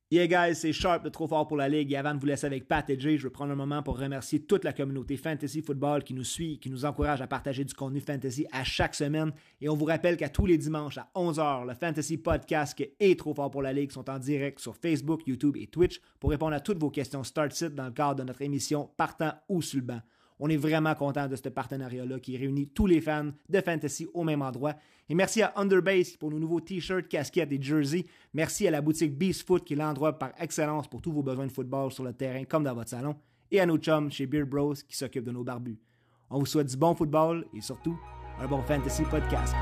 Yeah guys, c'est Sharp de Trop Fort pour la Ligue et avant de vous laisser avec Pat et Jay, je veux prendre un moment pour remercier toute la communauté Fantasy Football qui nous suit, qui nous encourage à partager du contenu Fantasy à chaque semaine et on vous rappelle qu'à tous les dimanches à 11h, le Fantasy Podcast et Trop Fort pour la Ligue sont en direct sur Facebook, YouTube et Twitch pour répondre à toutes vos questions Start-Sit dans le cadre de notre émission Partant ou sur le banc. On est vraiment content de ce partenariat-là qui réunit tous les fans de Fantasy au même endroit. Et merci à Underbase pour nos nouveaux t-shirts, casquettes et jerseys. Merci à la boutique Beast Foot qui est l'endroit par excellence pour tous vos besoins de football sur le terrain comme dans votre salon. Et à nos chums chez Beard Bros qui s'occupent de nos barbus. On vous souhaite du bon football et surtout un bon Fantasy Podcast.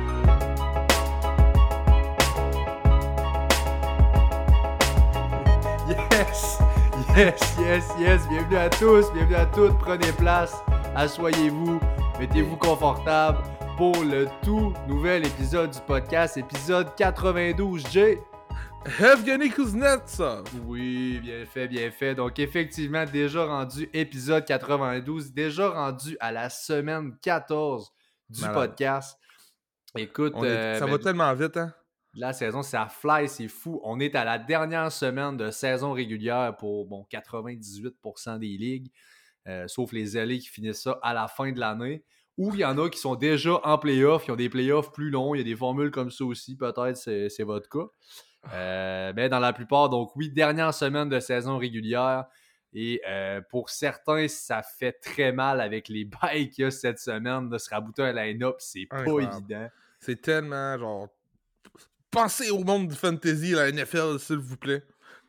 Yes. Bienvenue à tous, bienvenue à toutes. Prenez place, asseyez-vous, mettez-vous confortable pour le tout nouvel épisode du podcast, épisode 92. Jay. Evgeny Kuznetsov. Oui, bien fait. Donc effectivement, déjà rendu épisode 92, déjà rendu à la semaine 14 du podcast. Écoute, ça va tellement vite, hein? La saison, ça fly, c'est fou. On est à la dernière semaine de saison régulière pour 98% des ligues, sauf les allées qui finissent ça à la fin de l'année. Ou il y en a qui sont déjà en play-off, qui ont des play-offs plus longs. Il y a des formules comme ça aussi, peut-être, c'est votre cas. Mais dans la plupart, donc oui, dernière semaine de saison régulière. Et pour certains, ça fait très mal avec les bails qu'il y a cette semaine de se rabouter un line-up. C'est pas évident. C'est tellement genre... Pensez au monde du fantasy, la NFL, s'il vous plaît.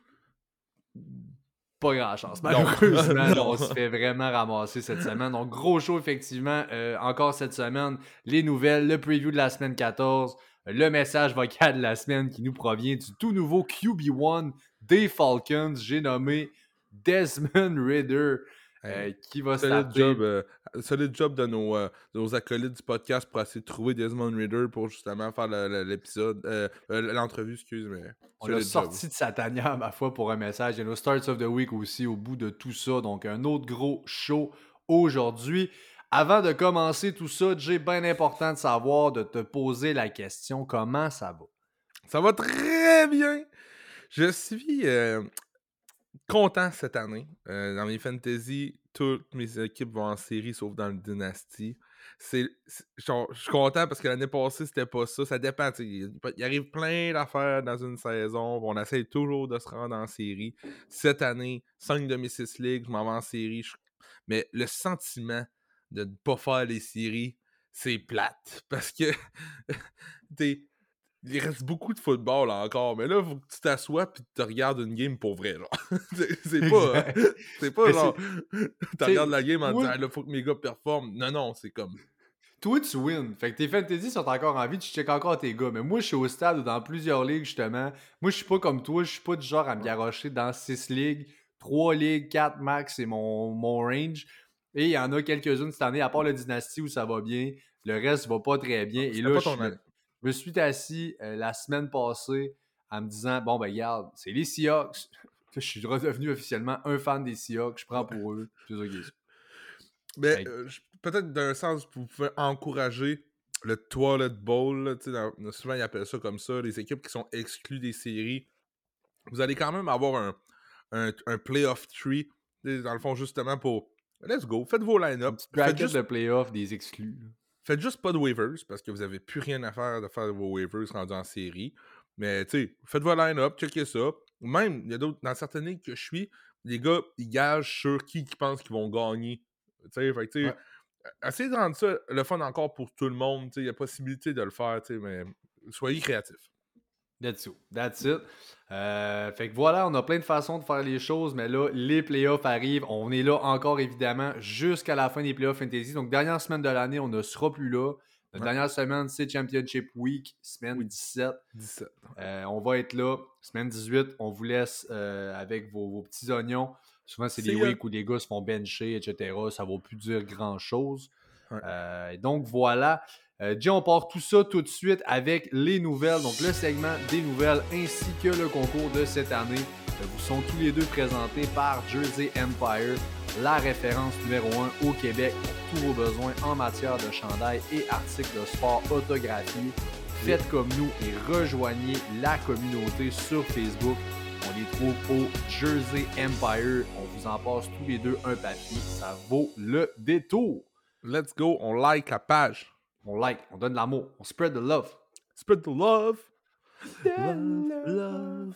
Pas grand chance. Malheureusement, on se fait vraiment ramasser cette semaine. Donc, gros show, effectivement. Encore cette semaine, les nouvelles, le preview de la semaine 14, le message vocal de la semaine qui nous provient du tout nouveau QB1 des Falcons. J'ai nommé Desmond Ridder. Qui va starter. Solide job de nos acolytes du podcast pour essayer de trouver Desmond Ridder pour justement faire l'épisode, l'entrevue, excuse-moi. On l'a sorti de sa tanière, ma foi, pour un message. Il y a nos Starts of the Week aussi au bout de tout ça. Donc, un autre gros show aujourd'hui. Avant de commencer tout ça, Jay, bien important de savoir, de te poser la question, comment ça va? Ça va très bien! Je suis... content cette année. Dans mes fantasy, toutes mes équipes vont en série, sauf dans le Dynasty. Je suis content parce que l'année passée, c'était pas ça. Ça dépend. Il arrive plein d'affaires dans une saison. On essaie toujours de se rendre en série. Cette année, 5 de mes 6 ligues, je m'en vais en série. Mais le sentiment de ne pas faire les séries, c'est plate. Parce que il reste beaucoup de football là, encore, mais là, il faut que tu t'assoies et tu regardes une game pour vrai, genre. c'est pas genre, tu regardes la game en disant, là, faut que mes gars performent. Non, c'est comme... Toi, tu win. Fait que tes fantasy sont encore en vie, tu checkes encore tes gars. Mais moi, je suis au stade où dans plusieurs ligues, justement, moi, je suis pas comme toi, je suis pas du genre à me garrocher dans 6 ligues, 3 ligues, 4 max, c'est mon range. Et il y en a quelques-unes cette année, à part le Dynasty où ça va bien, le reste va pas très bien. Et là, je me suis assis la semaine passée en me disant, bon, ben, regarde, c'est les Seahawks. Je suis redevenu officiellement un fan des Seahawks. Je prends pour eux. C'est ça qui est ça. Mais peut-être d'un sens, vous pouvez encourager le Toilet Bowl. Souvent, ils appellent ça comme ça. Les équipes qui sont exclues des séries. Vous allez quand même avoir un playoff tree. Dans le fond, justement, pour... Let's go. Faites vos line-up. Faites juste le playoff des exclus. Là. Faites juste pas de waivers, parce que vous avez plus rien à faire de faire vos waivers rendus en série. Mais, tu sais, faites vos line-up, checkez ça. Même, il y a d'autres, dans certaines ligues que je suis, les gars, ils gagent sur qui pensent qu'ils vont gagner. Tu sais, fait que, tu sais, essayez de rendre ça le fun encore pour tout le monde. Tu sais, il y a possibilité de le faire, tu sais, mais soyez créatifs. That's it. Fait que voilà, on a plein de façons de faire les choses, mais là, les playoffs arrivent. On est là encore, évidemment, jusqu'à la fin des playoffs fantasy. Donc, dernière semaine de l'année, on ne sera plus là. Notre dernière semaine, c'est Championship Week, semaine 17. On va être là. Semaine 18, on vous laisse avec vos petits oignons. Souvent, c'est des weeks où les gars se font bencher, etc. Ça ne va plus dire grand-chose. Donc, voilà. Jay, on part tout ça tout de suite avec les nouvelles. Donc, le segment des nouvelles ainsi que le concours de cette année vous sont tous les deux présentés par Jersey Empire, la référence numéro 1 au Québec pour tous vos besoins en matière de chandail et articles de sport autographiés. Faites comme nous et rejoignez la communauté sur Facebook. On les trouve au Jersey Empire. On vous en passe tous les deux un papier. Ça vaut le détour. Let's go, on like la page. On like, on donne de l'amour, on spread the love. Spread the love. Love, love.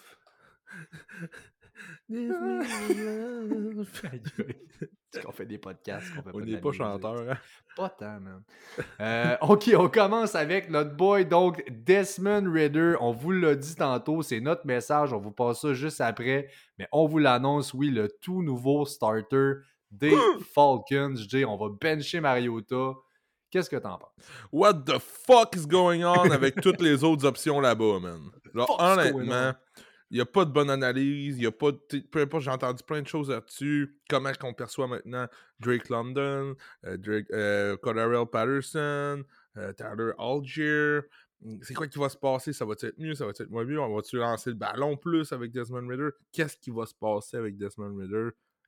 Est-ce qu'on fait des podcasts? On n'est pas chanteur, hein? Pas tant, man. OK, on commence avec notre boy, donc Desmond Ridder. On vous l'a dit tantôt, c'est notre message. On vous passe ça juste après. Mais on vous l'annonce, oui, le tout nouveau starter des Falcons. Je dis, on va bencher Mariota. Qu'est-ce que t'en penses? What the fuck is going on avec toutes les autres options là-bas, man? Genre, honnêtement, il n'y a pas de bonne analyse, il n'y a pas de... Peu importe, j'ai entendu plein de choses là-dessus. Comment est-ce qu'on perçoit maintenant Drake London, Cordell Patterson, Tyler Algier. C'est quoi qui va se passer? Ça va être mieux? Ça va être moins mieux? On va-tu lancer le ballon plus avec Desmond Ridder? Qu'est-ce qui va se passer avec Desmond Ridder?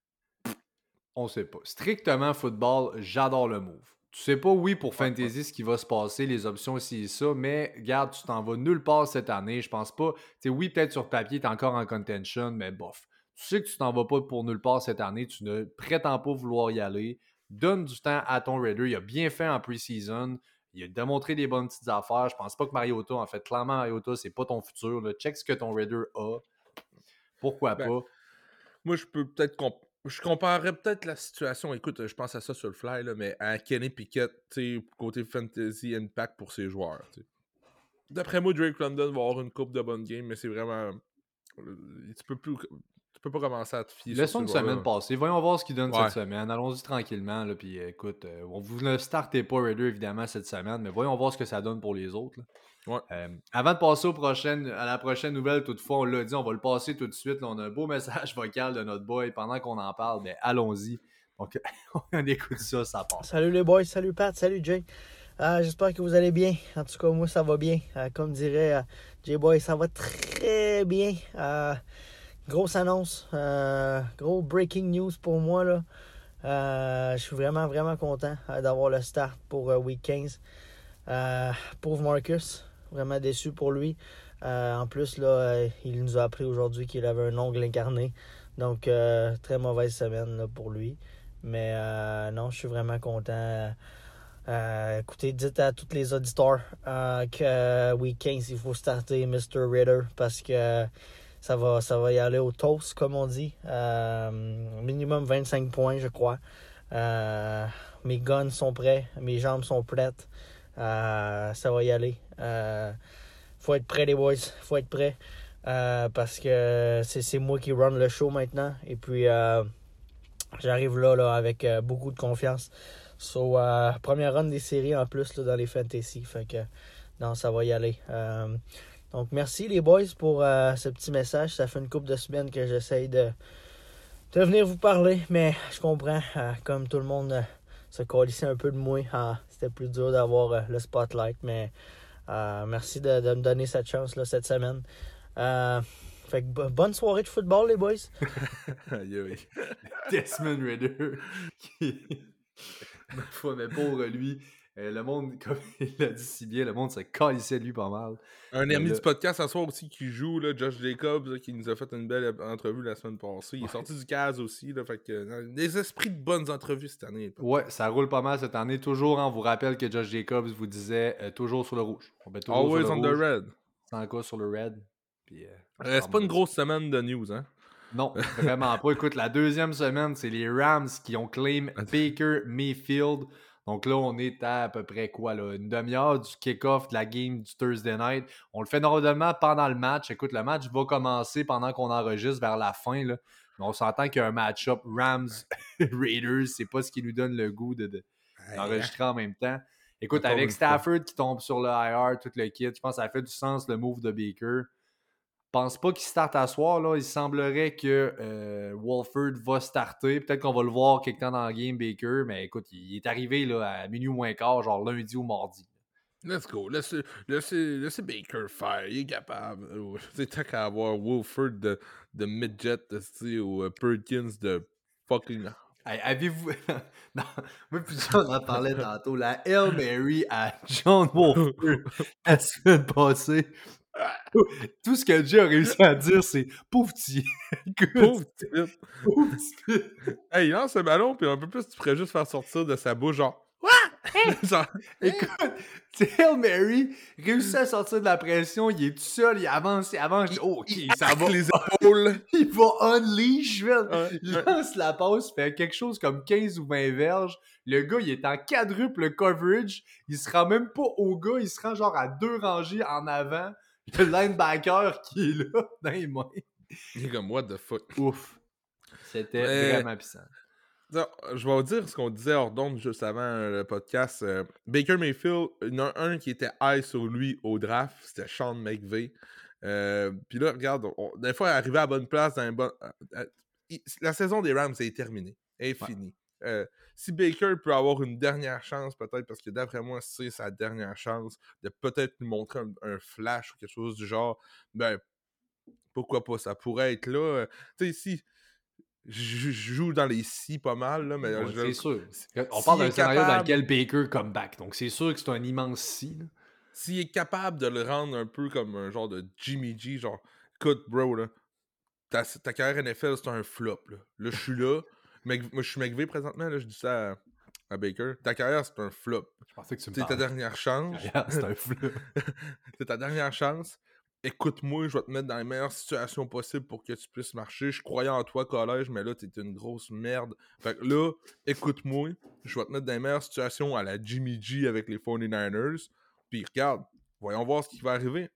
On sait pas. Strictement football, j'adore le move. Tu sais pas, oui, pour Fantasy, ce qui va se passer, les options ici et ça, mais regarde, tu t'en vas nulle part cette année. Je pense pas. Tu sais, oui, peut-être sur papier, tu es encore en contention, mais bof. Tu sais que tu t'en vas pas pour nulle part cette année. Tu ne prétends pas vouloir y aller. Donne du temps à ton Raider. Il a bien fait en pre-season. Il a démontré des bonnes petites affaires. Je pense pas que Mariota, en fait, clairement, Mariota, c'est pas ton futur. Là. Check ce que ton Raider a. Pourquoi pas? Moi, je peux peut-être... Je comparerais peut-être la situation, écoute, je pense à ça sur le fly, là, mais à Kenny Pickett, côté fantasy impact pour ses joueurs. T'sais. D'après moi, Drake London va avoir une coupe de bonnes games, mais c'est vraiment... Tu peux pas commencer à te fier Laissons sur une ce semaine passer. Voyons voir ce qu'il donne Ouais. cette semaine. Allons-y tranquillement. Là, puis écoute, vous ne startez pas Raider évidemment cette semaine, mais voyons voir ce que ça donne pour les autres. Là. Ouais. Avant de passer à la prochaine nouvelle, toutefois, on l'a dit, on va le passer tout de suite. Là, on a un beau message vocal de notre boy pendant qu'on en parle. Mais allons-y. Donc, on écoute ça, ça passe. Salut les boys, salut Pat, salut Jay. J'espère que vous allez bien. En tout cas, moi, ça va bien. Comme dirait J-Boy, ça va très bien. Grosse annonce, gros breaking news pour moi. Là. Je suis vraiment, vraiment content d'avoir le start pour Week 15. Pauvre Marcus, vraiment déçu pour lui. En plus, là, il nous a appris aujourd'hui qu'il avait un ongle incarné. Donc, très mauvaise semaine là, pour lui. Mais non, je suis vraiment content. Écoutez, dites à tous les auditeurs que Week 15, il faut starter Mr. Ridder parce que ça va y aller au toast, comme on dit. Minimum 25 points, je crois. Mes guns sont prêts, mes jambes sont prêtes. Ça va y aller. Faut être prêt, les boys. Faut être prêt. Parce que c'est moi qui run le show maintenant. Et puis, j'arrive là avec beaucoup de confiance. So, première run des séries en plus là, dans les fantasy. Fait que, non, ça va y aller. Donc, merci les boys pour ce petit message. Ça fait une couple de semaines que j'essaye de venir vous parler. Mais je comprends, comme tout le monde se colissait un peu de moi. C'était plus dur d'avoir le spotlight. Mais merci de me donner cette chance là, cette semaine. Fait que bonne soirée de football, les boys. Desmond Ridder. Mais pour lui, le monde, comme il l'a dit si bien, le monde se calissait de lui pas mal. Un ami du podcast ce soir aussi qui joue, là, Josh Jacobs, là, qui nous a fait une belle entrevue la semaine passée. Il est sorti du CAS aussi, là, fait que des esprits de bonnes entrevues cette année. Ouais, ça roule pas mal cette année. Toujours, on vous rappelle que Josh Jacobs vous disait toujours sur le rouge. On met toujours Always sur le on rouge, the red. sans cas sur le red. Puis, c'est pas une grosse semaine de news, hein? Non, vraiment pas. Écoute, la deuxième semaine, c'est les Rams qui ont claim Baker Mayfield. Donc là, on est à peu près quoi, là, une demi-heure du kick-off de la game du Thursday night. On le fait normalement pendant le match. Écoute, le match va commencer pendant qu'on enregistre vers la fin. Là. Mais on s'entend qu'il y a un match-up Rams-Raiders. C'est pas ce qui nous donne le goût d'enregistrer en même temps. Écoute, avec Stafford qui tombe sur le IR, tout le kit, je pense que ça fait du sens le move de Baker. Je pense pas qu'il starte à soir. Là. Il semblerait que Wolford va starter. Peut-être qu'on va le voir quelque temps dans le game, Baker. Mais écoute, il est arrivé là, à minuit moins quart, genre lundi ou mardi. Let's go. Laissez Baker faire. Il est capable. C'est tant qu'à avoir Wolford de midget ou Perkins de fucking... Hey, avez-vous... non, moi puis John en parlait tantôt. La Hail Mary à John Wolford la semaine passée. Tout ce que Jay a réussi à dire, c'est « pauvre petit ». Pauvre type. Pauvre petit. Hey, il lance le ballon, puis un peu plus, tu pourrais juste faire sortir de sa bouche, genre. Genre, Écoute, tu sais, Hail Mary réussit à sortir de la pression, il est tout seul, il avance. Je dis, oh, ok, ça arc va. les épaules. Il va unleash, man. Ouais, Il ouais. lance la passe, fait quelque chose comme 15 ou 20 verges. Le gars, il est en quadruple coverage. Il se rend même pas au gars, il se rend genre à 2 rangées en avant. Le linebacker qui est là, dans les mains. Il est comme, what the fuck. Ouf. C'était Mais- vraiment puissant. Non, je vais vous dire ce qu'on disait hors d'onde juste avant le podcast. Baker Mayfield, il y en a un qui était high sur lui au draft, c'était Sean McVay. Puis là, regarde, des fois, arrivé à la bonne place, dans un bon, la saison des Rams est terminée, elle est finie. Si Baker peut avoir une dernière chance, peut-être, parce que d'après moi, c'est sa dernière chance de peut-être nous montrer un flash ou quelque chose du genre, ben, pourquoi pas, ça pourrait être là. Tu sais, si je joue dans les si pas mal, là, mais Ouais, c'est sûr. On s'il parle d'un est scénario dans capable- lequel Baker come back. Donc c'est sûr que c'est un immense si. Là. S'il est capable de le rendre un peu comme un genre de Jimmy G, genre, écoute, bro, là, ta carrière NFL, c'est un flop, là. Là, je suis là. Moi, je suis McVay présentement, là, je dis ça à Baker. Ta carrière, c'est un flop. Je pensais que tu me C'est ta parlais. dernière chance. C'est un flou. C'est ta dernière chance. Écoute-moi, je vais te mettre dans les meilleures situations possibles pour que tu puisses marcher. Je croyais en toi, collège, mais là, t'es une grosse merde. Fait que là, écoute-moi, je vais te mettre dans les meilleures situations à la Jimmy G avec les 49ers. Puis regarde, voyons voir ce qui va arriver.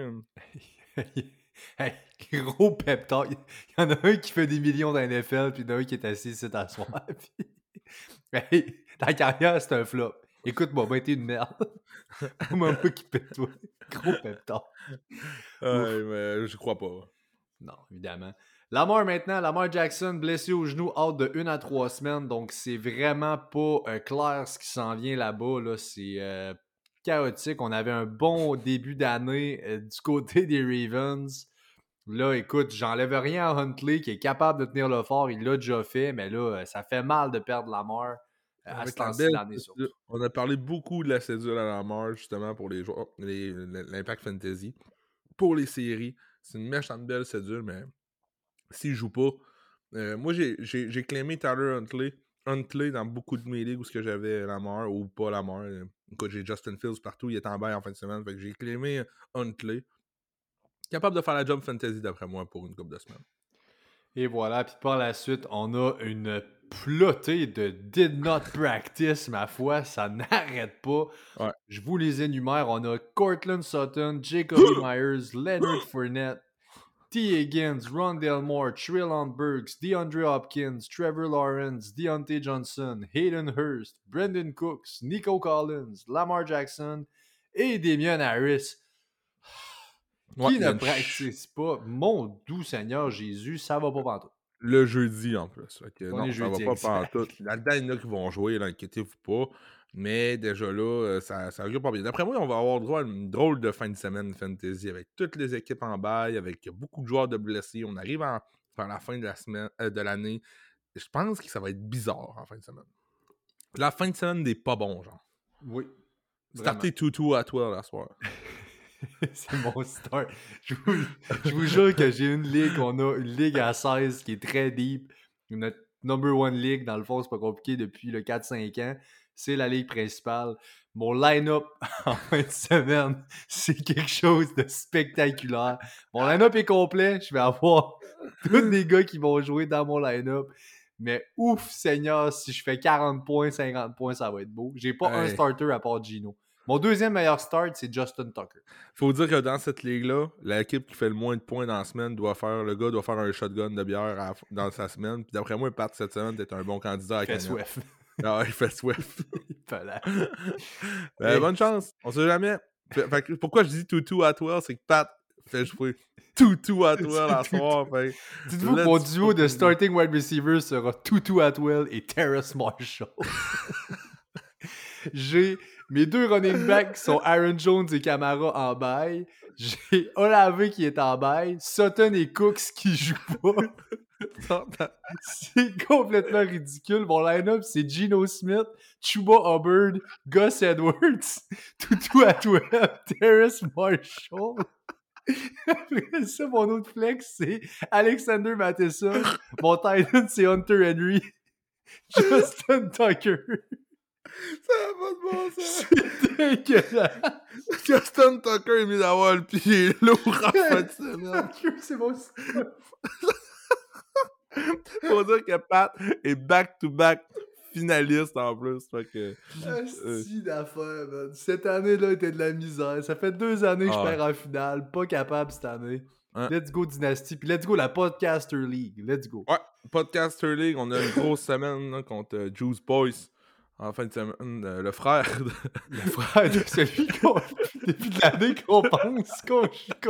Hey, gros pep talk. Il y en a un qui fait des millions dans la NFL, puis il y en a un qui est assis ici à soir. Puis... Hey, ta carrière, c'est un flop. Écoute-moi, ben t'es une merde. Moi, un peu qui pète toi. Gros pep talk. Mais je crois pas. Non, évidemment. Lamar maintenant, Lamar Jackson blessé au genou, out de 1 à 3 semaines. Donc, c'est vraiment pas clair ce qui s'en vient là-bas. Là. C'est chaotique. On avait un bon début d'année du côté des Ravens. Là, écoute, j'enlève rien à Huntley qui est capable de tenir le fort. Il l'a déjà fait, mais là, ça fait mal de perdre Lamar à Avec ce la temps-ci belle de l'année surtout. cédule. On a parlé beaucoup de la cédule à Lamar, justement, pour les joueurs, l'Impact Fantasy. Pour les séries, c'est une méchante belle cédule, mais s'il joue pas, moi, j'ai claimé Tyler Huntley dans beaucoup de mes ligues où j'avais Lamar ou pas Lamar. Écoute, j'ai Justin Fields partout, il est en bail en fin de semaine, fait que j'ai claimé Huntley. Capable de faire la job fantasy, d'après moi, pour une couple de semaines. Et voilà, puis par la suite, on a une plotée de did not practice, ma foi, ça n'arrête pas. Ouais. Je vous les énumère. On a Cortland Sutton, Jacoby Myers, Leonard Fournette, T. Higgins, Rondale Moore, Treylon Burks, DeAndre Hopkins, Trevor Lawrence, Deontay Johnson, Hayden Hurst, Brandon Cooks, Nico Collins, Lamar Jackson et Damian Harris. Qui ne practice pas? Mon doux Seigneur Jésus, ça va pas pantoute. Le jeudi, en plus. Okay, On non, est ça jeudi, va pas pantoute. Là-dedans, il y en a qui vont jouer, là, inquiétez-vous pas. Mais déjà là, ça augure pas bien. D'après moi, on va avoir droit à une drôle de fin de semaine fantasy avec toutes les équipes en bail, avec beaucoup de joueurs de blessés. On arrive vers la fin de la semaine, de l'année. Je pense que ça va être bizarre en fin de semaine. La fin de semaine des pas bons, genre. Oui. Starter Tutu à toi la soir. C'est mon start. Je vous jure que j'ai une ligue, on a une ligue à 16 qui est très deep. Notre number one league, dans le fond, c'est pas compliqué depuis le 4-5 ans. C'est la ligue principale. Mon line-up en fin de semaine, c'est quelque chose de spectaculaire. Mon line-up est complet. Je vais avoir tous les gars qui vont jouer dans mon line-up. Mais ouf, Seigneur, si je fais 40 points, 50 points, ça va être beau. J'ai pas un starter à part Gino. Mon deuxième meilleur start, c'est Justin Tucker. Faut dire que dans cette ligue-là, l'équipe qui fait le moins de points dans la semaine le gars doit faire un shotgun de bière dans sa semaine. Puis d'après moi, Pat, cette semaine, t'es un bon candidat à Fait Canada. Swift. Ah ouais, il fait Swift. Hey. Bonne chance. On sait jamais. Fait que pourquoi je dis Tutu Atwell, c'est que Pat fait jouer Tutu Atwell la soir. Dites-vous que mon duo de starting wide receiver sera Tutu Atwell et Terrace Marshall. J'ai mes deux running backs qui sont Aaron Jones et Kamara en bail. J'ai Olave qui est en bail. Sutton et Cooks qui jouent pas. C'est complètement ridicule. Mon line-up, c'est Geno Smith, Chuba Hubbard, Gus Edwards, Tutu Atwell, Terrace Marshall. Après ça, mon autre flex, c'est Alexander Matheson. Mon Titan, c'est Hunter Henry. Justin Tucker. Ça n'a pas de bon sens. C'est dégueulasse. Justin Tucker est mis d'avoir le pied lourd en fin de semaine. Tucker, c'est mon Faut dire que Pat est back-to-back finaliste en plus. Fait que, Asti d'affaires, man. Cette année-là était de la misère. Ça fait 2 années que je perds en finale. Pas capable cette année. Hein? Let's go Dynasty. Puis let's go la Podcaster League. Let's go. ouais, Podcaster League, on a une grosse semaine là, contre Juice Boys. En fin de semaine, le frère de... Le frère de celui qu'on... Depuis de l'année qu'on pense qu'on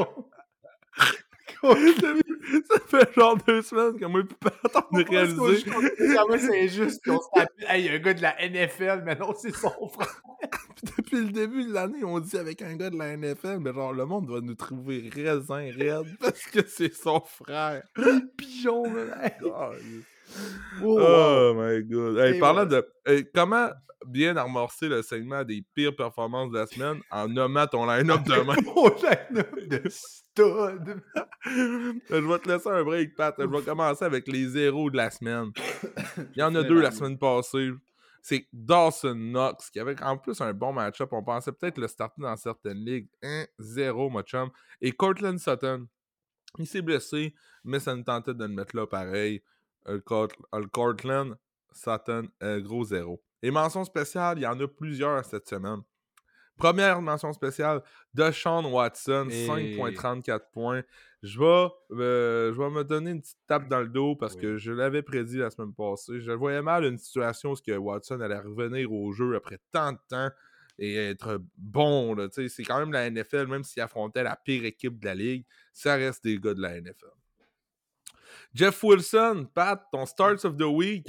Ça fait genre 2 semaines que moi et Pat, on a réalisé. C'est injuste qu'on se rappelle. Hey, il y a un gars de la NFL, mais non, c'est son frère. Depuis le début de l'année, on dit avec un gars de la NFL, mais genre le monde va nous trouver raisin raide parce que c'est son frère. Pigeon, man. Hey. Oh my god. Hey, Et parlant voilà. de. Comment bien amorcer le segment des pires performances de la semaine en nommant ton line-up demain? Mon line-up de stud. Je vais te laisser un break, Pat. Je vais commencer avec les zéros de la semaine. Il y en a 2 la semaine passée. C'est Dawson Knox qui avait en plus un bon match-up. On pensait peut-être le starter dans certaines ligues. 1-0, mon chum. Et Cortland Sutton. Il s'est blessé, mais ça nous tentait de le mettre là pareil. Le Cortland Sutton, gros 0. Et mention spéciale, il y en a plusieurs cette semaine. Première mention spéciale, Deshaun Watson, 5.34 points. Je vais me donner une petite tape dans le dos parce que je l'avais prédit la semaine passée. Je voyais mal une situation où Watson allait revenir au jeu après tant de temps et être bon. Là, c'est quand même la NFL, même s'il affrontait la pire équipe de la ligue, ça reste des gars de la NFL. Jeff Wilson, Pat, ton Starts of the Week,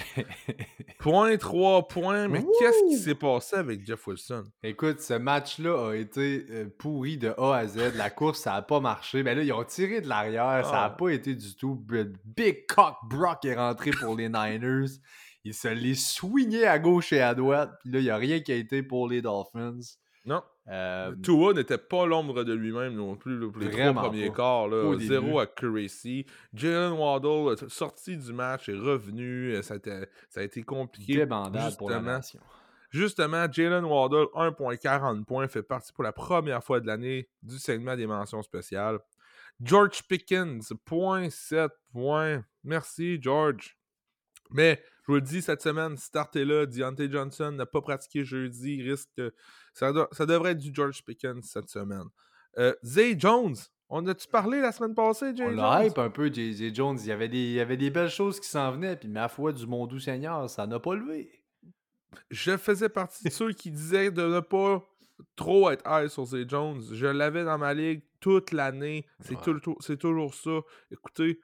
0.3 points, mais qu'est-ce qui s'est passé avec Jeff Wilson? Écoute, ce match-là a été pourri de A à Z. La course, ça n'a pas marché. Mais là, ils ont tiré de l'arrière. Ça n'a pas été du tout. Big Cock Brock est rentré pour les Niners. Il se les swingé à gauche et à droite. Puis là, il n'y a rien qui a été pour les Dolphins. Non. Tua n'était pas l'ombre de lui-même non plus pour les 3 premiers quarts. Là, 0 accuracy. Jalen Waddle sorti du match, est revenu. Ça a été compliqué. Débandade pour la nation. Justement, Jalen Waddle, 1.40 points, fait partie pour la première fois de l'année du segment des mentions spéciales. George Pickens, 0.7 points. Merci, George. Mais, je vous le dis, cette semaine, startez-là. Deontay Johnson n'a pas pratiqué jeudi. Risque. Ça devrait être du George Pickens cette semaine. Zay Jones, on a-tu parlé la semaine passée, Jay Jones? On l'a hype un peu, Zay Jones. Il y avait des belles choses qui s'en venaient. Puis, ma foi, du mon doux Seigneur, ça n'a pas levé. Je faisais partie de ceux qui disaient de ne pas trop être high sur Zay Jones. Je l'avais dans ma ligue toute l'année. C'est toujours ça. Écoutez,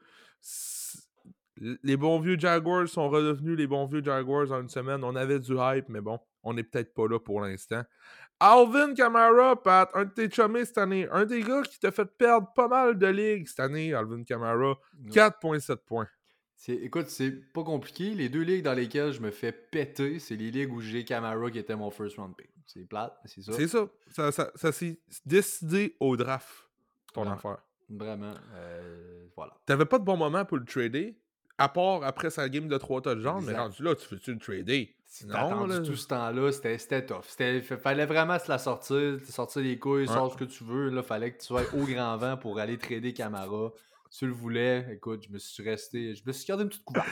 les bons vieux Jaguars sont redevenus les bons vieux Jaguars en une semaine. On avait du hype, mais bon, on n'est peut-être pas là pour l'instant. Alvin Kamara, Pat, un de tes chummés cette année. Un des gars qui t'a fait perdre pas mal de ligues cette année, Alvin Kamara. 4.7 points. Écoute, c'est pas compliqué. Les 2 ligues dans lesquelles je me fais péter, c'est les ligues où j'ai Kamara qui était mon first round pick. C'est plate, c'est ça. C'est ça. Ça s'est décidé au draft, ton affaire. Vraiment. Voilà. T'avais pas de bon moment pour le trader, à part après sa game de 3 touchdowns, mais rendu là, tu veux-tu le trader? Si t'as attendu tout ce temps-là, c'était tough. Fallait vraiment se la sortir les couilles, sors ce que tu veux. Là, fallait que tu sois au grand vent pour aller trader Kamara. Tu le voulais, écoute, je me suis gardé une petite couverte.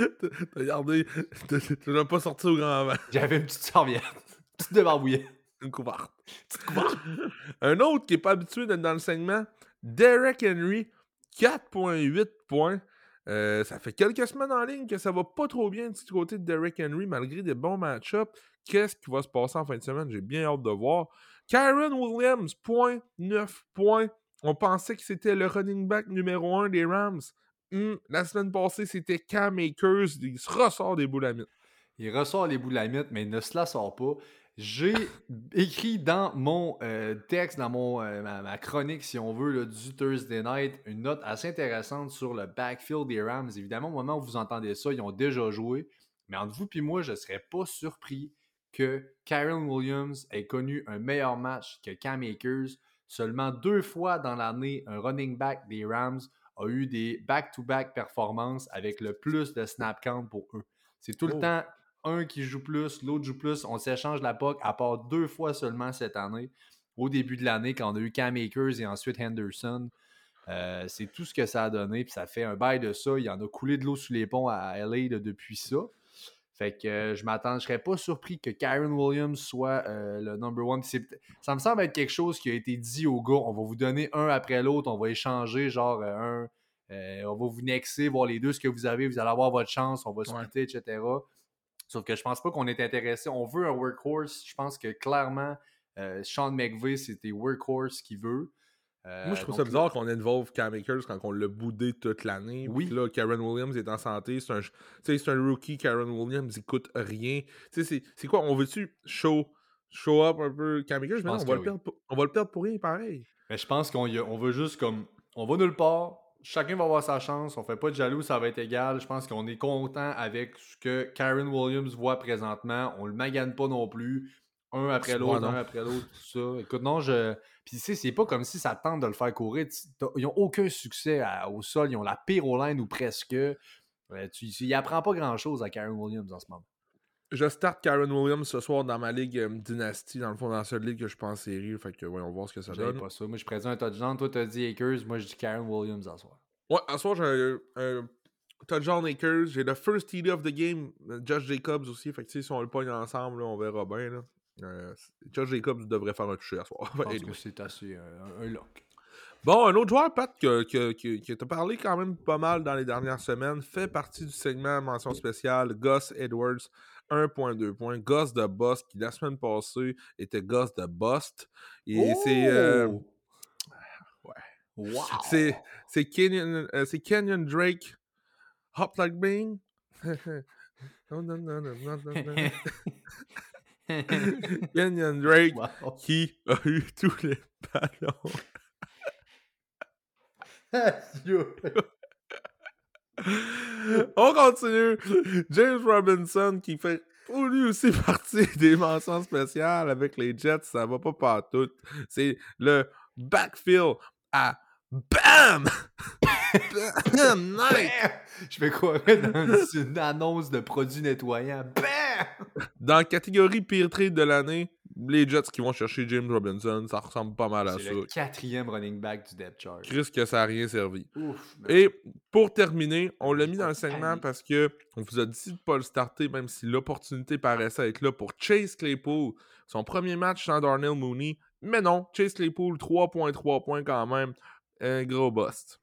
Tu l'as pas sorti au grand vent. J'avais une petite serviette, une petite débarbouillette. Une couverte. Un autre qui est pas habitué d'être dans le segment, Derrick Henry, 4.8 points. Ça fait quelques semaines en ligne que ça va pas trop bien du côté de Derrick Henry, malgré des bons match-ups. Qu'est-ce qui va se passer en fin de semaine? J'ai bien hâte de voir. Kyren Williams, 0.9 points. On pensait que c'était le running back numéro 1 des Rams. La semaine passée, c'était Cam Akers. Il se ressort des boulamites. Il ressort les boulamites, mais il ne se la sort pas. J'ai écrit dans mon texte, dans ma chronique, si on veut, là, du Thursday Night, une note assez intéressante sur le backfield des Rams. Évidemment, au moment où vous entendez ça, ils ont déjà joué. Mais entre vous et moi, je ne serais pas surpris que Kyren Williams ait connu un meilleur match que Cam Akers. Seulement 2 fois dans l'année, un running back des Rams a eu des back-to-back performances avec le plus de snap count pour eux. C'est tout le temps un qui joue plus, l'autre joue plus. On s'échange la puck à part 2 fois seulement cette année. Au début de l'année, quand on a eu Cam Akers et ensuite Henderson. C'est tout ce que ça a donné. Puis ça fait un bail de ça. Il y en a coulé de l'eau sous les ponts à LA là, depuis ça. Fait que je ne serais pas surpris que Kyren Williams soit le number one. Ça me semble être quelque chose qui a été dit aux gars. On va vous donner un après l'autre. On va échanger genre on va vous nexer, voir les deux ce que vous avez. Vous allez avoir votre chance. On va splitter, etc. Sauf que je pense pas qu'on est intéressé. On veut un workhorse. Je pense que clairement, Sean McVay, c'était workhorse qu'il veut. Moi, je trouve ça bizarre qu'on involve Cam Akers quand on l'a boudé toute l'année. Oui. Puis là, Kyren Williams est en santé. C'est un rookie. Kyren Williams, il coûte rien. C'est quoi? On veut-tu show up un peu Cam Akers? Mais non, on va le perdre pour rien, pareil. Mais je pense qu'on veut juste comme... On va nulle part. Chacun va avoir sa chance. On fait pas de jaloux, ça va être égal. Je pense qu'on est content avec ce que Kyren Williams voit présentement. On le magane pas non plus. Un après l'autre, tout ça. Écoute, non, Puis, tu sais, c'est pas comme si ça tente de le faire courir. Ils n'ont aucun succès au sol. Ils ont la pire O-line ou presque. Il apprend pas grand-chose à Kyren Williams en ce moment. Je starte Kyren Williams ce soir dans ma ligue Dynasty, dans le fond, dans la seule ligue que je pense série. Fait que, ouais, on va voir ce que ça donne. Pas ça. Moi, je présente un touchdown. Toi, t'as dit Akers. Moi, je dis Kyren Williams en soir. Ouais, en soir, j'ai un touchdown Akers. J'ai le first TD of the game, Josh Jacobs aussi. Fait que, si on le pogne ensemble, là, on verra bien, là. Josh Jacobs devrait faire un toucher à soir. Je pense que c'est assez un lock. Bon, un autre joueur, Pat, qui t'a parlé quand même pas mal dans les dernières semaines, fait partie du segment mention spéciale Gus Edwards, 1.2 points. Gus de Bust, qui la semaine passée était Gus de Bust. Et c'est... Ouais. Wow! C'est Kenyon Drake, Hop Like Bing. Non. Kenyon Drake, qui a eu tous les ballons. On continue. James Robinson qui fait lui aussi partie des mentions spéciales avec les Jets. Ça va pas partout. C'est le backfield à BAM! BAM! Night! Je vais croirais dans une annonce de produits nettoyants. BAM! Dans la catégorie pire trade de l'année, les Jets qui vont chercher James Robinson, ça ressemble pas mal à ça. C'est le 4e running back du depth chart. Chris que ça n'a rien servi. Ouf, et pour terminer, on l'a mis dans le segment parce que on vous a dit de ne pas le starter, même si l'opportunité paraissait être là pour Chase Claypool. Son premier match sans Darnell Mooney. Mais non, Chase Claypool, 3.3 points quand même. Un gros bust.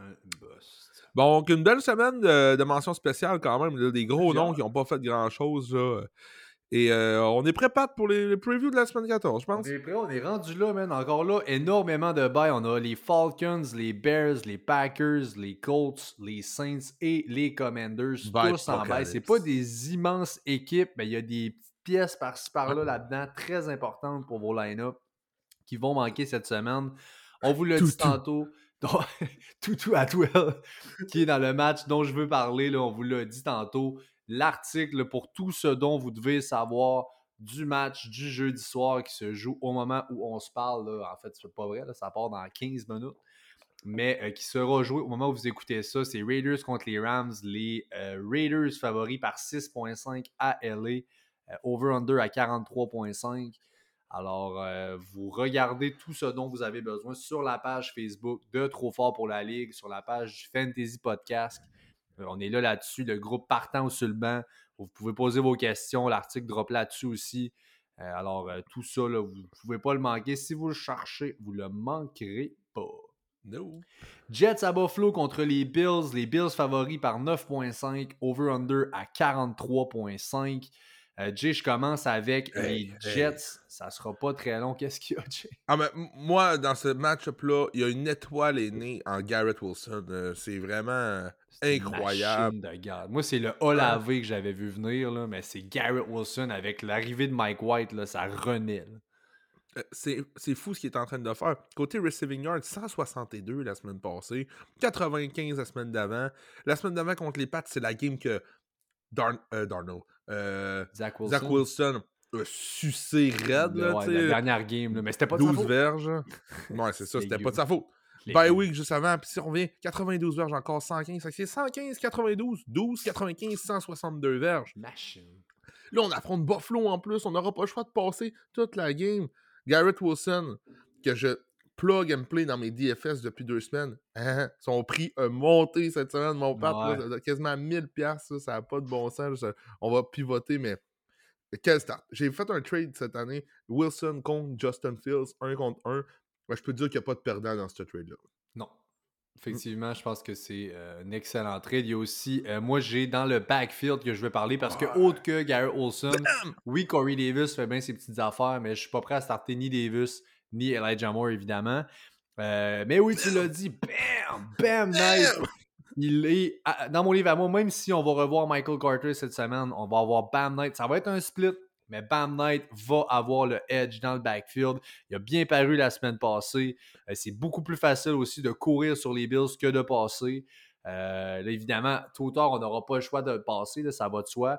Bon, donc une belle semaine de mentions spéciales quand même. Là, des gros noms qui n'ont pas fait grand-chose. Là. Et on est prêt, Pat, pour les previews de la semaine 14, je pense. On est prêt, on est rendu là, man. Encore là, énormément de bails. On a les Falcons, les Bears, les Packers, les Colts, les Saints et les Commanders. Tous en bail. C'est pas des immenses équipes, mais il y a des petites pièces par-ci par-là là-dedans très importantes pour vos line-up qui vont manquer cette semaine. On vous l'a dit tantôt. Toutou Atwell, qui est dans le match dont je veux parler, là, on vous l'a dit tantôt. L'article pour tout ce dont vous devez savoir du match du jeudi soir qui se joue au moment où on se parle. Là. En fait, c'est pas vrai, là, ça part dans 15 minutes. Mais qui sera joué au moment où vous écoutez ça. C'est Raiders contre les Rams. Les Raiders favoris par 6.5 à LA. Over-under à 43.5. Alors, vous regardez tout ce dont vous avez besoin sur la page Facebook de Trop Fort pour la Ligue, sur la page du Fantasy Podcast. On est là-dessus, le groupe partant sur le banc. Vous pouvez poser vos questions, l'article drop là-dessus aussi. Alors, tout ça, là, vous ne pouvez pas le manquer. Si vous le cherchez, vous ne le manquerez pas. No. Jets à Buffalo contre les Bills favoris par 9.5, over-under à 43.5. Jay, je commence avec les Jets. Ça sera pas très long. Qu'est-ce qu'il y a, Jay? Ah, mais moi, dans ce match-up-là, il y a une étoile née en Garrett Wilson. C'est vraiment incroyable. De garde. Moi, c'est le Olave que j'avais vu venir, là, mais c'est Garrett Wilson avec l'arrivée de Mike White. Là, ça renaît. C'est fou ce qu'il est en train de faire. Côté receiving yard, 162 la semaine passée, 95 la semaine d'avant. La semaine d'avant contre les Pats, c'est la game que Zach Wilson sucé raide, là, tu La sais. dernière game, là. Mais c'était pas de sa 12 faute. verges. Ouais, c'est ça, c'était Légumes. pas de sa faute. Bye week juste avant, puis si on revient, 92 verges, encore 115. Ça fait 115, 92, 12, 95, 162 verges. Machine. Là, on affronte Buffalo en plus. On n'aura pas le choix de passer toute la game. Garrett Wilson, que je plug and play dans mes DFS depuis 2 semaines, son prix a monté cette semaine, mon pote. Ouais. Là, quasiment 1000$, ça n'a pas de bon sens. On va pivoter, mais quel start. J'ai fait un trade cette année. Wilson contre Justin Fields, 1 contre 1. Je peux te dire qu'il n'y a pas de perdant dans ce trade-là. Non. Effectivement, je pense que c'est un excellent trade. Il y a aussi, moi, j'ai dans le backfield que je vais parler parce que, autre que Garrett Olson, oui, Corey Davis fait bien ses petites affaires, mais je suis pas prêt à starter ni Davis ni Elijah Moore, évidemment. Mais oui, tu l'as dit, bam, nice. Il est, dans mon livre à moi, même si on va revoir Michael Carter cette semaine, on va avoir Bam Knight. Ça va être un split, mais Bam Knight va avoir le edge dans le backfield. Il a bien paru la semaine passée. C'est beaucoup plus facile aussi de courir sur les Bills que de passer. Là, évidemment, tôt ou tard, on n'aura pas le choix de passer, là, ça va de soi.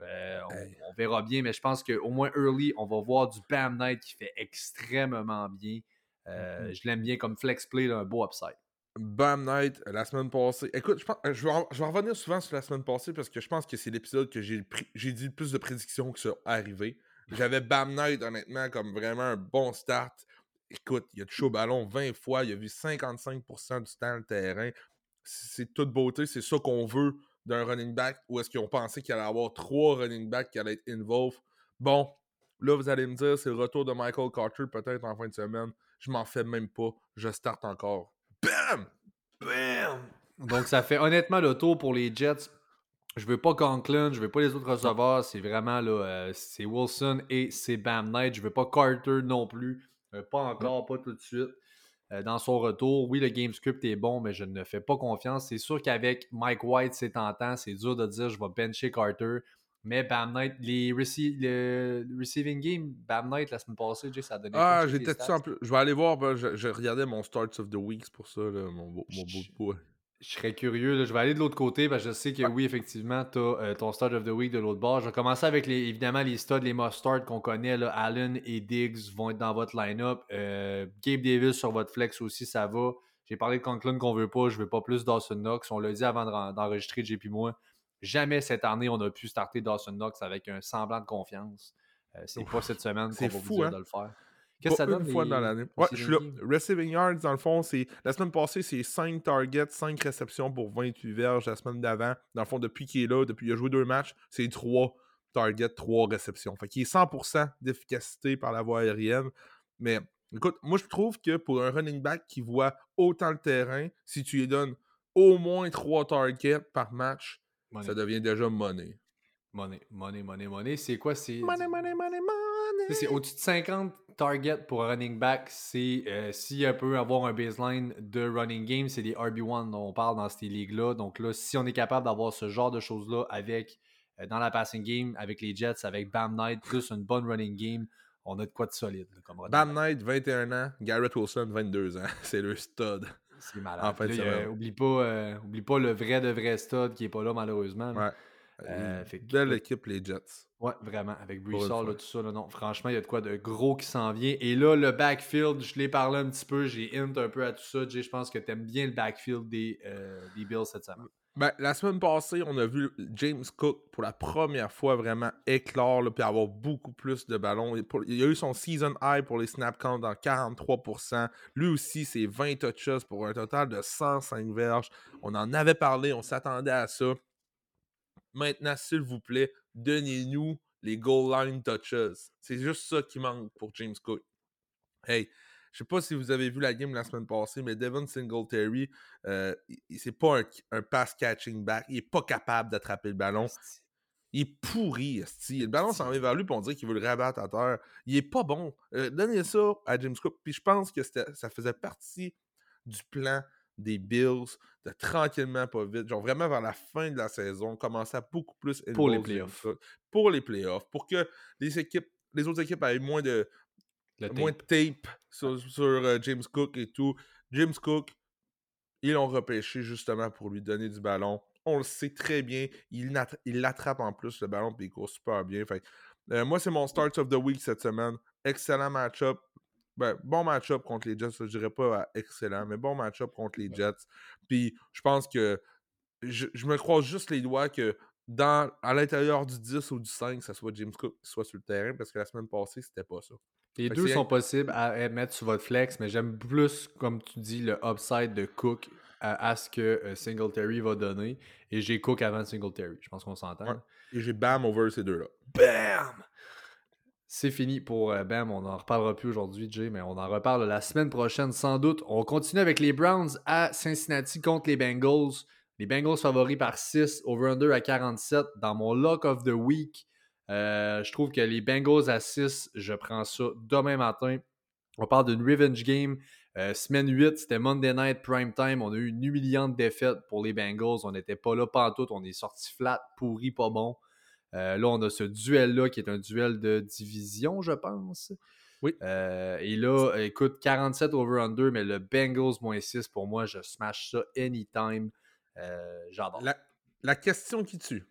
On verra bien, mais je pense qu'au moins early, on va voir du Bam Knight qui fait extrêmement bien. Je l'aime bien comme flex play, là, un beau upside. Bam Knight, la semaine passée. Écoute, je vais revenir souvent sur la semaine passée parce que je pense que c'est l'épisode que j'ai dit le plus de prédictions que ça arrivé. J'avais Bam Knight, honnêtement, comme vraiment un bon start. Écoute, il a touché au ballon 20 fois, il a vu 55% du temps le terrain. C'est toute beauté, c'est ça qu'on veut d'un running back. Ou est-ce qu'ils ont pensé qu'il allait avoir 3 running backs qui allaient être involved? Bon, là, vous allez me dire, c'est le retour de Michael Carter peut-être en fin de semaine. Je m'en fais même pas, je starte encore. Bam! Bam! Donc, ça fait honnêtement le tour pour les Jets. Je veux pas Conklin, je veux pas les autres receveurs. C'est vraiment là, c'est Wilson et c'est Bam Knight. Je veux pas Carter non plus. Pas encore, pas tout de suite. Dans son retour, oui, le game script est bon, mais je ne fais pas confiance. C'est sûr qu'avec Mike White, c'est tentant. C'est dur de dire je vais bencher Carter. Mais Bam Knight, le receiving game, Bam Knight, la semaine passée, Jay, ça a donné quoi? J'étais dessus en plus. Je vais aller voir, ben, je regardais mon Starts of the Week, c'est pour ça, là, mon beau pot. Je serais curieux. Là. Je vais aller de l'autre côté parce que je sais que oui, effectivement, tu as ton start of the week de l'autre bord. Je vais commencer avec évidemment les studs, les must-start qu'on connaît. Là. Allen et Diggs vont être dans votre line-up. Gabe Davis sur votre flex aussi, ça va. J'ai parlé de Conklin qu'on veut pas. Je veux pas plus Dawson Knox. On l'a dit avant d'enregistrer JP moi. Jamais cette année on a pu starter Dawson Knox avec un semblant de confiance. C'est pas cette semaine qu'on va vous dire de le faire. Qu'est-ce que ça donne une fois dans l'année? Ouais, je suis là. Receiving yards, dans le fond, c'est la semaine passée, c'est 5 targets, 5 réceptions pour 28 verges. La semaine d'avant, dans le fond, depuis qu'il est là, depuis qu'il a joué 2 matchs, c'est 3 targets, 3 réceptions. Fait qu'il est 100% d'efficacité par la voie aérienne. Mais écoute, moi, je trouve que pour un running back qui voit autant le terrain, si tu lui donnes au moins 3 targets par match, ça devient déjà money. Money. C'est quoi? C'est money. C'est au-dessus de 50 targets pour un running back. C'est s'il peut avoir un baseline de running game, c'est des RB1 dont on parle dans ces ligues-là. Donc là, si on est capable d'avoir ce genre de choses-là avec dans la passing game, avec les Jets, avec Bam Knight, plus une bonne running game, on a de quoi de solide. Là, comme Bam Knight, 21 ans. Garrett Wilson, 22 ans. C'est le stud. C'est malade. En fait, là, oublie pas le vrai stud qui est pas là, malheureusement. Ouais. Belle équipe, les Jets. Ouais, vraiment. Avec Breesall, tout ça, là, non. Franchement, il y a de quoi de gros qui s'en vient. Et là, le backfield, je l'ai parlé un petit peu, j'ai hint un peu à tout ça. Jay, je pense que tu aimes bien le backfield des Bills cette semaine. Ben, la semaine passée, on a vu James Cook pour la première fois vraiment éclore puis avoir beaucoup plus de ballons. Il a eu son season high pour les snap counts dans 43%. Lui aussi, c'est 20 touches pour un total de 105 verges. On en avait parlé, on s'attendait à ça. Maintenant, s'il vous plaît, donnez-nous les goal line touches. C'est juste ça qui manque pour James Cook. Hey, je sais pas si vous avez vu la game la semaine passée, mais Devin Singletary, c'est pas un pass-catching back. Il est pas capable d'attraper le ballon. Il est pourri, esti. Le ballon s'en va vers lui, puis on dirait qu'il veut le rabattre à terre. Il est pas bon. Donnez ça à James Cook. Puis je pense que ça faisait partie du plan des Bills de tranquillement, pas vite, genre vraiment vers la fin de la saison, commencer à beaucoup plus pour les playoffs. Pour les playoffs, pour que les autres équipes aient moins de tape sur James Cook et tout. James Cook, ils l'ont repêché justement pour lui donner du ballon. On le sait très bien. Il l'attrape en plus, le ballon, puis il court super bien. Fait Moi, c'est mon Start of the Week cette semaine. Excellent match-up. Ben, bon match-up contre les Jets. Je dirais pas excellent, mais bon match-up contre les Jets. Puis je pense que je me croise juste les doigts que à l'intérieur du 10 ou du 5, ça soit James Cook qui soit sur le terrain, parce que la semaine passée, c'était pas ça. Les Fait que deux c'est sont possibles à mettre sur votre flex, mais j'aime plus, comme tu dis, le upside de Cook à ce que Singletary va donner. Et j'ai Cook avant Singletary. Je pense qu'on s'entend. Ouais. Et j'ai Bam over ces deux-là. Bam! C'est fini pour Bam. On n'en reparlera plus aujourd'hui, Jay, mais on en reparle la semaine prochaine sans doute. On continue avec les Browns à Cincinnati contre les Bengals. Les Bengals favoris par 6, over-under à 47. Dans mon lock of the week, je trouve que les Bengals à 6, je prends ça demain matin. On parle d'une revenge game. Semaine 8, c'était Monday Night Prime Time. On a eu une humiliante défaite pour les Bengals. On n'était pas là pantoute. On est sorti flat, pourri, pas bon. Là, on a ce duel-là qui est un duel de division, je pense. Oui. Et là, écoute, 47 over-under, mais le Bengals moins 6, pour moi, je smash ça anytime. J'adore. La question qui tue.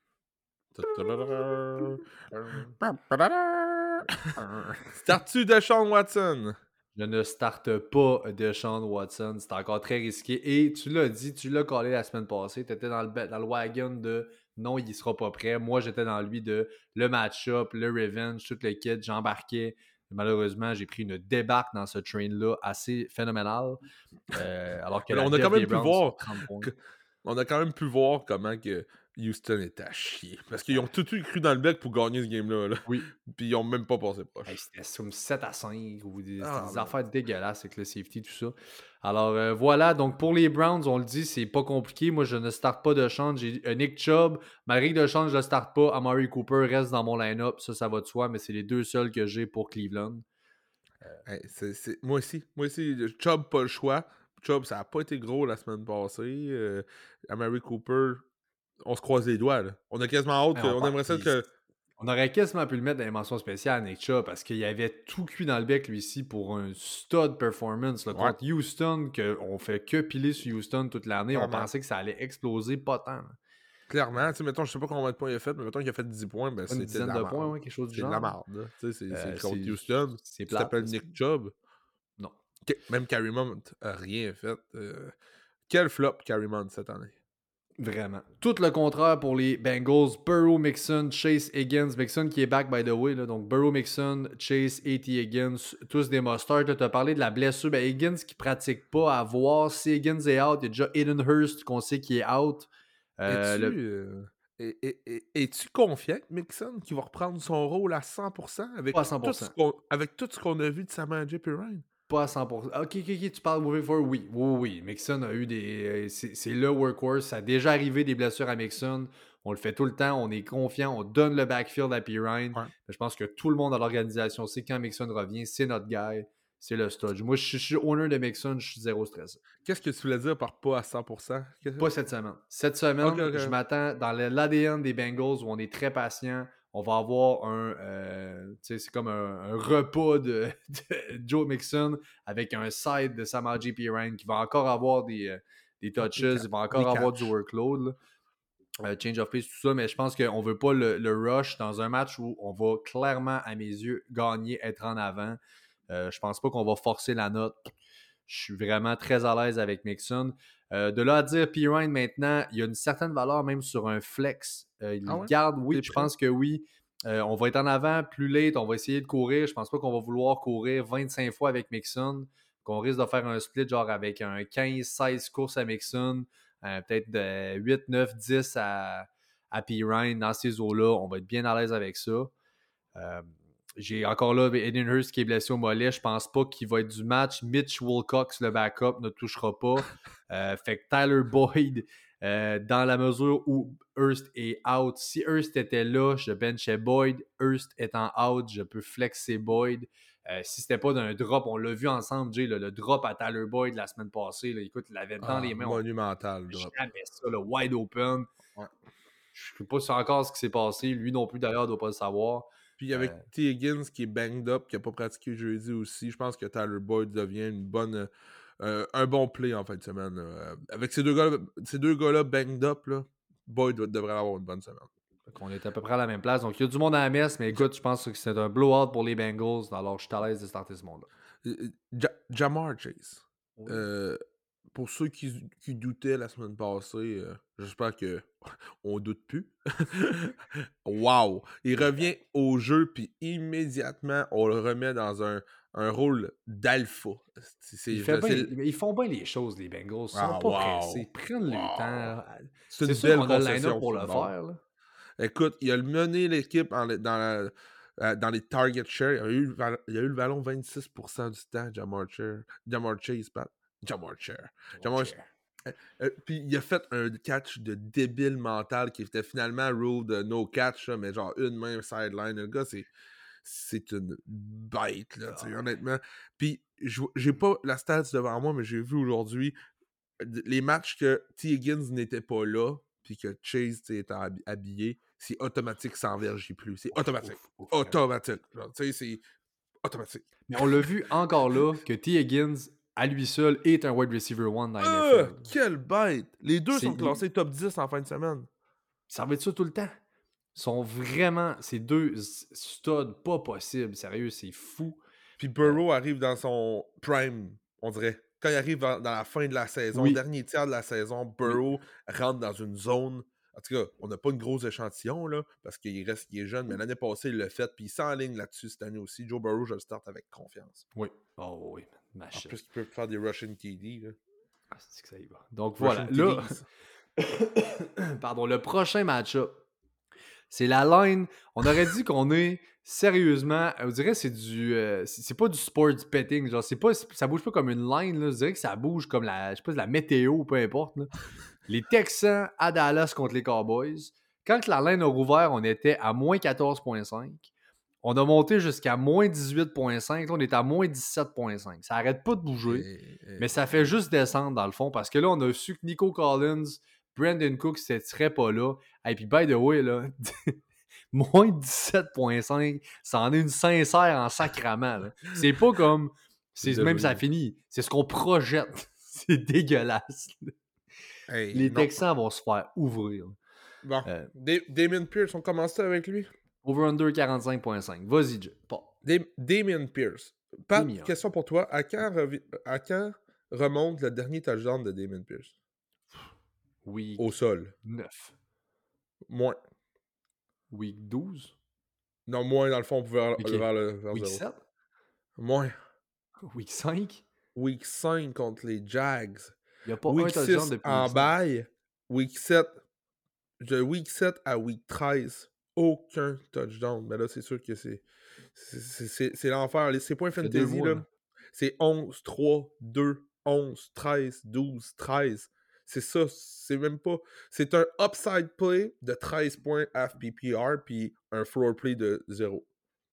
Start-tu Deshaun Watson? Je ne starte pas Deshaun Watson. C'est encore très risqué. Et tu l'as dit, tu l'as collé la semaine passée. Tu étais dans le wagon de non, il ne sera pas prêt. Moi, j'étais dans lui de le match-up, le revenge, tout le kit. J'embarquais. Malheureusement, j'ai pris une débarque dans ce train-là assez phénoménal. Alors que on a quand même pu voir. 30 points. On a quand même pu voir comment que Houston était à chier. Parce qu'ils ont tout cru dans le bec pour gagner ce game-là. Là. Oui. Puis ils ont même pas passé proche. Hey, c'était comme 7-5 ou des affaires dégueulasses avec le safety, tout ça. Alors voilà, donc pour les Browns, on le dit, c'est pas compliqué. Moi, je ne starte pas de change. J'ai Nick Chubb, malgré que de change, je ne starte pas. Amari Cooper reste dans mon line-up. Ça va de soi, mais c'est les deux seuls que j'ai pour Cleveland. Hey, moi aussi, Chubb, pas le choix. Chubb, ça n'a pas été gros la semaine passée. Amari Cooper, on se croise les doigts. Là. On a quasiment hâte. On aimerait ça que. On aurait quasiment pu le mettre dans les mentions spéciales, Nick Chubb, parce qu'il avait tout cuit dans le bec, lui, ici, pour un stud performance là, contre Houston, qu'on fait que piler sur Houston toute l'année. On pensait que ça allait exploser pas tant. Là. Clairement, tu sais, mettons, je sais pas combien de points il a fait, mais mettons qu'il a fait 10 points, ben une dizaine de points, quelque chose du genre. C'est de la merde. C'est contre Houston. C'est tu t'appelles Nick Chubb. Non. Même Carrie Mount a rien fait. Quel flop Carrie Mount cette année? Vraiment. Tout le contraire pour les Bengals. Burrow, Mixon, Chase, Higgins. Mixon qui est back, by the way. Là. Donc, Burrow, Mixon, Chase, A.T. Higgins, tous des mustards. Tu as parlé de la blessure. Ben, Higgins qui pratique pas à voir. Si Higgins est out, il y a déjà Hayden Hurst qu'on sait qui est out. Es-tu confiant que Mixon qui va reprendre son rôle à 100% avec, pas à 100%. Avec tout ce qu'on a vu de Samaje Perine? Pas à 100%. Ok, tu parles moving forward? Oui. Mixon a eu des... C'est le workhorse. Ça a déjà arrivé des blessures à Mixon. On le fait tout le temps. On est confiant. On donne le backfield à Perine. Ouais. Je pense que tout le monde dans l'organisation sait que quand Mixon revient, c'est notre guy. C'est le stud. Moi, je suis owner de Mixon. Je suis zéro stressé. Qu'est-ce que tu voulais dire par pas à 100%? Pas cette semaine. Cette semaine, je m'attends dans l'ADN des Bengals où on est très patient. On va avoir c'est comme un repas de Joe Mixon avec un side de Samaje Perine qui va encore avoir des touches, il va encore avoir du workload. Change of pace, tout ça, mais je pense qu'on ne veut pas le rush dans un match où on va clairement, à mes yeux, gagner, être en avant. Je pense pas qu'on va forcer la note. Je suis vraiment très à l'aise avec Mixon. De là à dire Perine maintenant, il y a une certaine valeur même sur un flex. Garde, oui, je pense que oui. On va être en avant, plus late, on va essayer de courir. Je pense pas qu'on va vouloir courir 25 fois avec Mixon. Qu'on risque de faire un split genre avec un 15-16 courses à Mixon, peut-être de 8, 9, 10 à Perine dans ces eaux-là. On va être bien à l'aise avec ça. J'ai encore là Hayden Hurst qui est blessé au mollet. Je pense pas qu'il va être du match. Mitch Wilcox, le backup, ne touchera pas. Fait que Tyler Boyd, dans la mesure où Hurst est out, si Hurst était là, je benchais Boyd. Hurst étant out, je peux flexer Boyd. Si c'était pas d'un drop, on l'a vu ensemble, Jay, le drop à Tyler Boyd la semaine passée. Là, écoute, il l'avait dans les mains. Monumental, drop. Jamais ça, wide open. Ouais. Je ne sais pas si encore ce qui s'est passé. Lui non plus, d'ailleurs, ne doit pas le savoir. Puis avec T. Higgins qui est banged up, qui n'a pas pratiqué jeudi aussi, je pense que Tyler Boyd devient un bon play en fin de semaine. Avec ces deux gars-là banged up, là, Boyd devrait avoir une bonne semaine. On est à peu près à la même place. Donc, il y a du monde à la messe, mais écoute, je pense que c'est un blowout pour les Bengals. Alors, je suis à l'aise de starter ce monde-là. Jamar Chase. Oui. Pour ceux qui doutaient la semaine passée, j'espère que on doute plus. Wow! Il revient au jeu, puis immédiatement, on le remet dans un rôle d'alpha. Ils font bien les choses, les Bengals. Ils sont pas pressés. Ils prennent le temps. C'est une sûr belle qu'on a le concession line-up pour le football. faire. Là. Écoute, il a mené l'équipe dans les target share. Il a eu le ballon 26% du temps, Jamar Chase, Pat. Puis il a fait un catch de débile mental qui était finalement rule de no catch, là, mais genre une main sideline. Le gars, c'est une bête, là, honnêtement. Puis j'ai pas la stats devant moi, mais j'ai vu aujourd'hui les matchs que T. Higgins n'était pas là, puis que Chase était habillé, c'est automatique sans verger plus. C'est automatique. Automatique. Genre, c'est automatique. Mais on l'a vu encore là que T. Higgins, à lui seul, est un wide receiver 1 dans la NFL. Quelle bête! Les deux sont classés top 10 en fin de semaine. Ça va être ça tout le temps. Ils sont vraiment... Ces deux studs pas possibles. Sérieux, c'est fou. Puis Burrow arrive dans son prime, on dirait. Quand il arrive dans la fin de la saison, dernier tiers de la saison, Burrow rentre dans une zone... En tout cas, on n'a pas une grosse échantillon, là, parce qu'il est jeune, mais l'année passée, il l'a fait, puis il s'enligne là-dessus cette année aussi. Joe Burrow, je le starte avec confiance. Oui. Oh oui, machine. En plus, il peut faire des Russian TD, là. Ah, c'est que ça y va. Donc voilà, là... Pardon, le prochain match-up, c'est la line. On aurait dit qu'on est sérieusement... On dirait que c'est du... c'est pas du sports betting, genre, ça bouge pas comme une line, là. Je dirais que ça bouge comme la... Je sais pas, la météo ou peu importe, là. Les Texans à Dallas contre les Cowboys. Quand la line a rouvert, on était à moins 14,5. On a monté jusqu'à moins 18,5. Là, on est à moins 17,5. Ça arrête pas de bouger, mais ça fait juste descendre dans le fond parce que là, on a su que Nico Collins, Brandon Cooks, ne serait pas là. Et puis, by the way, là, moins 17,5, ça en est une sincère en sacrament. Là. C'est pas comme... même ça finit. C'est ce qu'on projette. C'est dégueulasse. Les Texans vont se faire ouvrir. Bon. Damien Pierce, on commence ça avec lui? Over-under 45.5. Vas-y, Jay. Damien Pierce. Pat, question pour toi. À quand remonte le dernier touchdown de Damien Pierce? Week au sol. 9. Moins. Week 12? Non, moins, dans le fond, on pouvait aller vers Week 0. 7? Moins. Week 5? Week 5 contre les Jags. Il n'y a pas week un touchdown 6 depuis en bail. Week 7. De Week 7 à Week 13. Aucun touchdown. Mais là, c'est sûr que c'est l'enfer. Ces points fantasy, là, c'est 11, 3, 2, 11, 13, 12, 13. C'est ça. C'est même pas... C'est un upside play de 13 points FPPR puis un floor play de 0.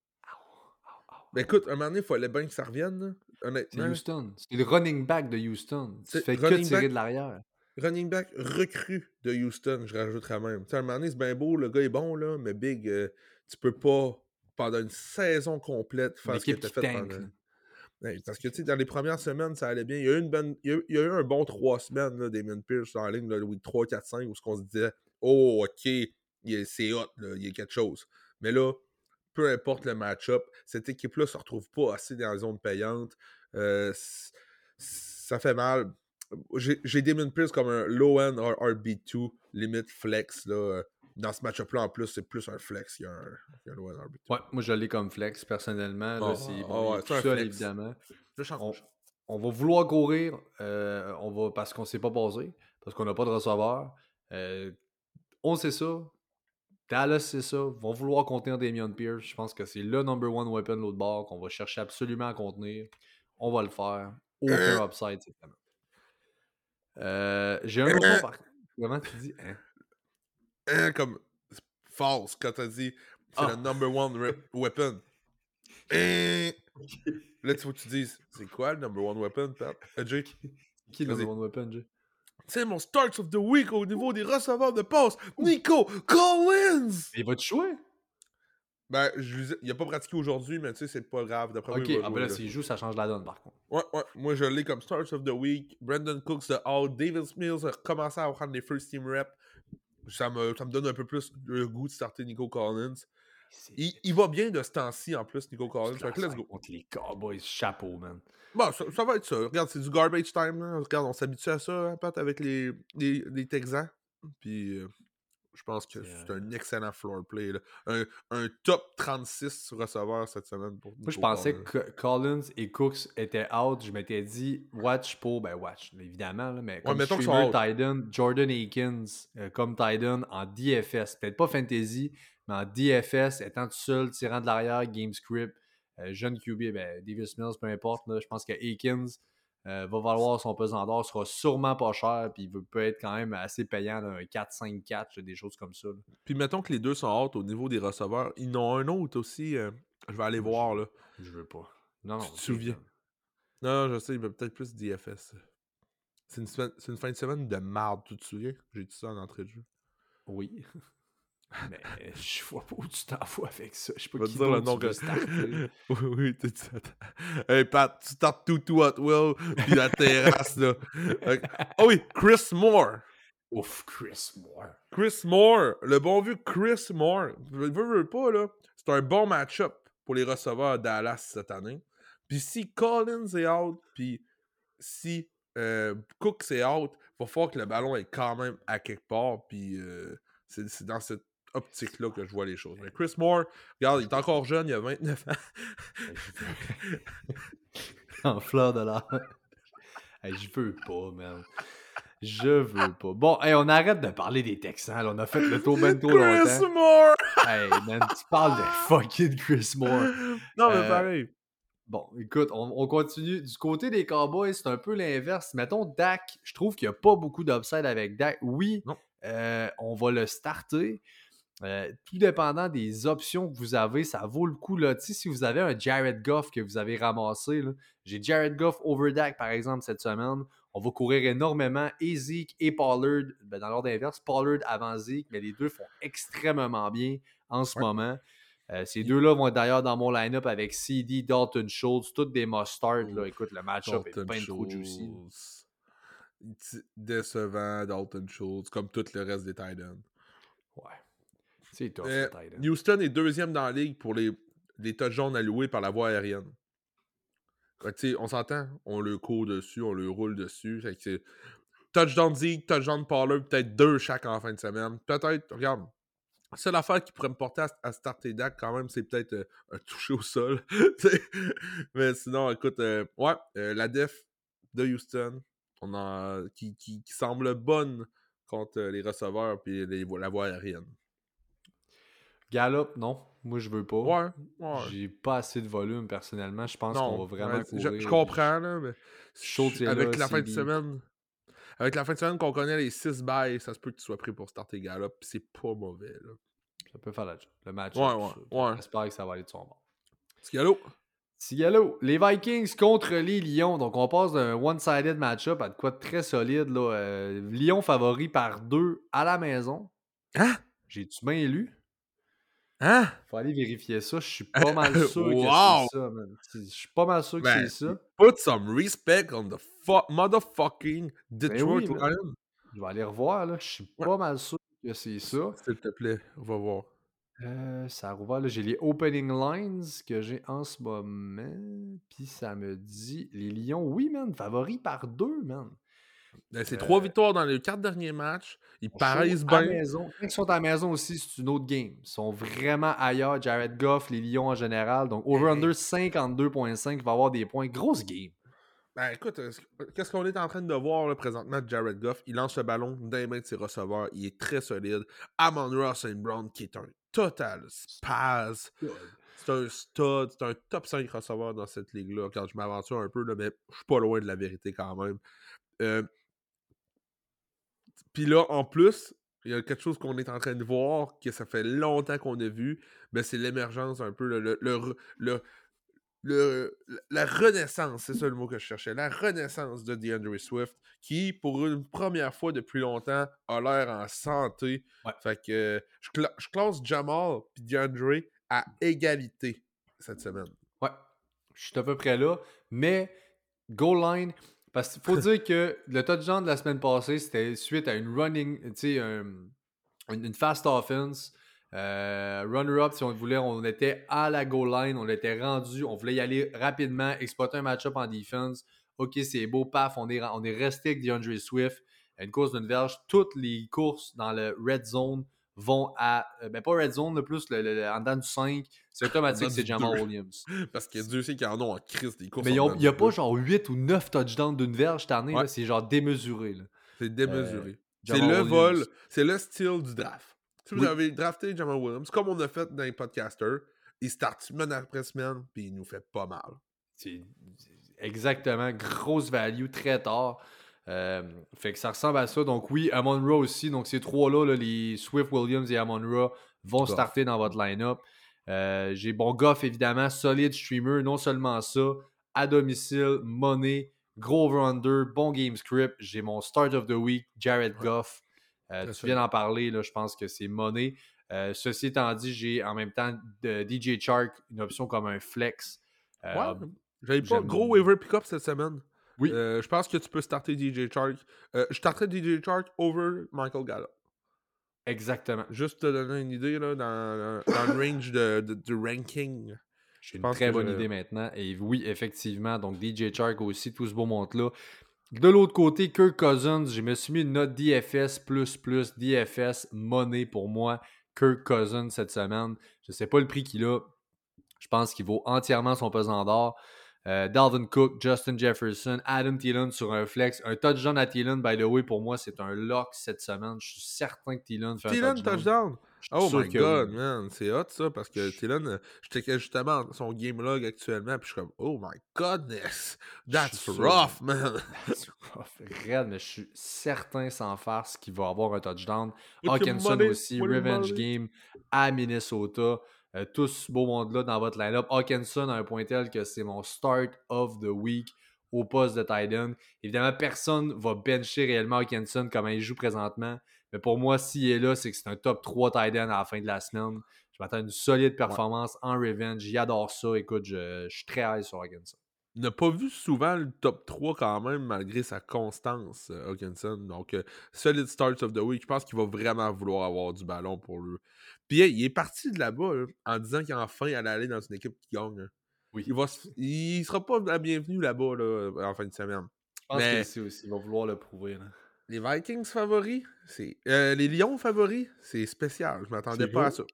Mais écoute, un moment donné, il fallait bien que ça revienne. Là, honnêtement. C'est Houston. C'est le running back de Houston. Tu fais que tirer de l'arrière. Running back recru de Houston, je rajouterais même. Tu sais, à un moment donné, c'est bien beau, le gars est bon, là, mais Big, tu peux pas, pendant une saison complète, faire ce que t'as fait pendant... Ouais, parce que, tu sais, dans les premières semaines, ça allait bien. Il y a eu un bon 3 semaines, là, Damien Pierce en ligne, là, le week 3, 4, 5, où on se disait « Oh, OK, c'est hot, là, il y a quelque chose. » Mais là, peu importe le match-up, cette équipe-là se retrouve pas assez dans la zone payante. Ça fait mal. J'ai Damien Pierce comme un low-end RB2, limite flex. Là. Dans ce match-up-là, en plus, c'est plus un flex qu'un low-end RB2. Ouais, moi, je l'ai comme flex, personnellement. Là, c'est tout seul, flex. Évidemment. On va vouloir courir parce qu'on ne s'est pas basé, parce qu'on n'a pas de receveur. On sait ça. Dallas, c'est ça. Ils vont vouloir contenir Damien Pierce. Je pense que c'est le number one weapon de l'autre bord qu'on va chercher absolument à contenir. On va le faire. Aucun upside, c'est vraiment. J'ai un autre par... Comment tu dis? Comme false quand t'as dit c'est le number one weapon. Là, tu faut que tu dises c'est quoi le number one weapon, Pat? Jay? Qui est le number one weapon, Jay? C'est mon start of the week au niveau des receveurs de passe. Nico Collins! Il va te jouer? Ben, il a pas pratiqué aujourd'hui, mais tu sais, c'est pas grave. D'après moi, il va jouer, là, s'il joue, ça change la donne, par contre. Ouais. Moi, je l'ai comme start of the week. Brandon Cooks de out. Davis Mills a commencé à prendre les first team reps. Ça me donne un peu plus le goût de starter Nico Collins. C'est Il va bien de ce temps-ci, en plus, Nico Collins. Fait que let's go. contre les Cowboys, chapeau, man. Bon, ça va être ça. Regarde, c'est du garbage time. Là. Regarde, on s'habitue à ça, hein, Pat, avec les Texans. Puis, je pense que c'est un excellent floor play. Là. Un top 36 receveur cette semaine pour Nico Moi, je pensais Collins. que Collins et Cooks étaient out. Je m'étais dit, watch, évidemment, là, mais comme mettons qu'ils streamer sont out. Titan, Jordan Akins comme Titan en DFS. Peut-être pas Fantasy, mais en DFS, étant tout seul, tirant de l'arrière, game script, jeune QB, Davis Mills, peu importe. Là, je pense que Akins va valoir son pesant d'or, sera sûrement pas cher, puis il peut être quand même assez payant, là, un 4-5 catch, des choses comme ça. Là. Puis mettons que les deux sont out au niveau des receveurs. Ils en ont un autre aussi. Je vais aller voir. Là. Je veux pas. Non, Tu te souviens? Non, je sais, il va peut-être plus DFS. C'est une fin de semaine de marde, tu te souviens? J'ai dit ça en entrée de jeu. Oui. Mais je vois pas où tu t'en fous avec ça. Je sais pas Je vais qui te dire le d'autre nom tu veux que... starter. oui, tout ça. Hey Pat, tu startes tout at will, puis la terrasse, là. Oh oui, Chris Moore. Ouf, Chris Moore. Chris Moore, le bon vieux Chris Moore. Veux pas, là. C'est un bon match-up pour les receveurs à Dallas cette année. Puis si Collins est out, puis si Cook est out, il va falloir que le ballon est quand même à quelque part, puis c'est dans cette optique-là que je vois les choses. Mais Chris Moore, regarde, il est encore jeune, il a 29 ans. En fleur de l'âge. Hey, je veux pas, man. Je veux pas. Bon, hey, on arrête de parler des Texans. Là. On a fait le tour ben trop longtemps. Chris Moore! Hey, man, tu parles de fucking Chris Moore. Non, mais pareil. Bon, écoute, on continue. Du côté des Cowboys, c'est un peu l'inverse. Mettons, Dak, je trouve qu'il n'y a pas beaucoup d'upside avec Dak. Oui, on va le starter. Tout dépendant des options que vous avez, ça vaut le coup. Là. Si vous avez un Jared Goff que vous avez ramassé, là, j'ai Jared Goff over Dak, par exemple, cette semaine. On va courir énormément. Et Zeke et Pollard, dans l'ordre inverse, Pollard avant Zeke, mais les deux font extrêmement bien en ce moment. Ces deux-là vont être d'ailleurs dans mon line-up avec CD, Dalton Schultz, toutes des must-start. Écoute, le match-up est plein de trop juicy. Décevant, Dalton Schultz, comme tout le reste des Titans. Ouais. C'est tough, le Titan. Houston est deuxième dans la ligue pour les touchdowns alloués par la voie aérienne. On s'entend, on le court dessus, on le roule dessus. Fait que c'est touchdown Zeke, touchdown Pollard, peut-être 2 chaque en fin de semaine. Peut-être, regarde, la seule affaire qui pourrait me porter à starter Dak quand même, c'est peut-être un toucher au sol. Mais sinon, écoute, la def de Houston qui semble bonne contre les receveurs et la voie aérienne. Gallup, non. Moi, je veux pas. Ouais. J'ai pas assez de volume, personnellement. Je pense qu'on va vraiment courir. Je comprends, là, mais avec la fin de semaine... Avec la fin de semaine qu'on connaît les 6 bails, ça se peut que tu sois pris pour starter Gallup, pis c'est pas mauvais, là. Ça peut faire la job. Le match. Ouais. J'espère que ça va aller de son bord. Cigalo. Les Vikings contre les Lions. Donc, on passe d'un one-sided match-up à de quoi de très solide, là. Lions favori par 2 à la maison. Hein? J'ai-tu bien lu? Hein? Faut aller vérifier ça. Je suis pas mal sûr que c'est ça, man. Je suis pas mal sûr que c'est ça. Put some respect on the motherfucking Detroit Lions. Je vais aller revoir, là. Je suis pas mal sûr que c'est ça. S'il te plaît, on va voir. Ça a rouvert, là. J'ai les opening lines que j'ai en ce moment. Puis ça me dit... Les Lions, oui, man. Favoris par 2, man. C'est 3 victoires dans les 4 derniers matchs. Ils paraissent bien. Quand ils sont à la maison aussi, c'est une autre game. Ils sont vraiment ailleurs. Jared Goff, les Lions en général. Donc, over-under 52.5 va avoir des points. Grosse game. Ben écoute, qu'est-ce qu'on est en train de voir là, présentement de Jared Goff? Il lance le ballon dans les mains de ses receveurs. Il est très solide. Amon-Ra St. Brown, qui est un total spaz. C'est un stud. C'est un top 5 receveur dans cette ligue-là. Quand je m'aventure un peu, là, mais je suis pas loin de la vérité quand même. Puis là, en plus, il y a quelque chose qu'on est en train de voir, que ça fait longtemps qu'on a vu, ben c'est l'émergence un peu, la renaissance, c'est ça le mot que je cherchais, la renaissance de DeAndre Swift, qui, pour une première fois depuis longtemps, a l'air en santé. Ouais. Fait que je classe Jamal et DeAndre à égalité cette semaine. Ouais, je suis à peu près là, mais goal line... Parce qu'il faut dire que le touchdown de la semaine passée, c'était suite à une running, tu sais, une fast offense. Runner-up, si on voulait, on était à la goal line, on était rendu, on voulait y aller rapidement, exploiter un match-up en defense. OK, c'est beau, paf, on est resté avec DeAndre Swift. Une course d'une verge. Toutes les courses dans le red zone vont à... pas red zone, le plus en dedans du 5. C'est automatique, c'est Jamal Williams. Parce que Dieu sait qu'il y en a en crise des courses. Mais il n'y a pas genre 8 ou 9 touchdowns d'une verge cette année. Ouais. Là, c'est genre démesuré. Là. C'est démesuré. C'est Jamal le Williams. vol, c'est le style du draft. Si vous avez drafté Jamal Williams, comme on a fait dans les podcasters, il start semaine après semaine, puis il nous fait pas mal. C'est exactement. Grosse value, très tard. Fait que ça ressemble à ça. Donc oui, Amon-Ra aussi. Donc ces trois-là, là, les Swift, Williams et Amon-Ra, vont starter dans votre line-up. J'ai Goff, évidemment, solide streamer. Non seulement ça, à domicile, money, gros over-under, bon game script. J'ai mon start of the week, Jared Goff. Tu viens d'en parler, là, je pense que c'est money. Ceci étant dit, j'ai en même temps DJ Chark, une option comme un flex. J'avais pas gros waiver pick-up cette semaine. Oui. Je pense que tu peux starter DJ Chark. Je starterais DJ Chark over Michael Gallup. Exactement. Juste te donner une idée là, dans le range du ranking. J'ai une très bonne idée maintenant. Et oui, effectivement. Donc, DJ Chark aussi, tout ce beau monde-là. De l'autre côté, Kirk Cousins, je me suis mis une note DFS++, DFS money pour moi. Kirk Cousins cette semaine. Je ne sais pas le prix qu'il a. Je pense qu'il vaut entièrement son pesant d'or. Dalvin Cook, Justin Jefferson, Adam Thielen sur un flex. Un touchdown à Thielen, by the way, pour moi, c'est un lock cette semaine. Je suis certain que Thielen fait un touchdown. Oh my god, man. C'est hot ça, parce que Thielen, je checkais justement son game log actuellement, puis je suis comme, oh my godness, that's rough, man. That's rough. Red, mais je suis certain sans farce qu'il va avoir un touchdown. Hawkinson aussi, revenge game à Minnesota. Tout ce beau monde-là dans votre line-up. Hawkinson a un point tel que c'est mon start of the week au poste de tight end. Évidemment, personne ne va bencher réellement Hawkinson comme il joue présentement. Mais pour moi, s'il est là, c'est que c'est un top 3 tight end à la fin de la semaine. Je m'attends à une solide performance en revenge. J'adore ça. Écoute, je suis très high sur Hawkinson. Il n'a pas vu souvent le top 3 quand même, malgré sa constance, Hawkinson. Donc, solid starts of the week. Je pense qu'il va vraiment vouloir avoir du ballon pour lui. Puis, il est parti de là-bas là, en disant qu'enfin, il allait aller dans une équipe qui gagne. Hein. Oui. Il sera pas la bienvenue là-bas là, en fin de semaine. Je pense que c'est aussi. Il va vouloir le prouver. Là. Les Vikings favoris, c'est les Lions favoris, c'est spécial. Je m'attendais pas à ça.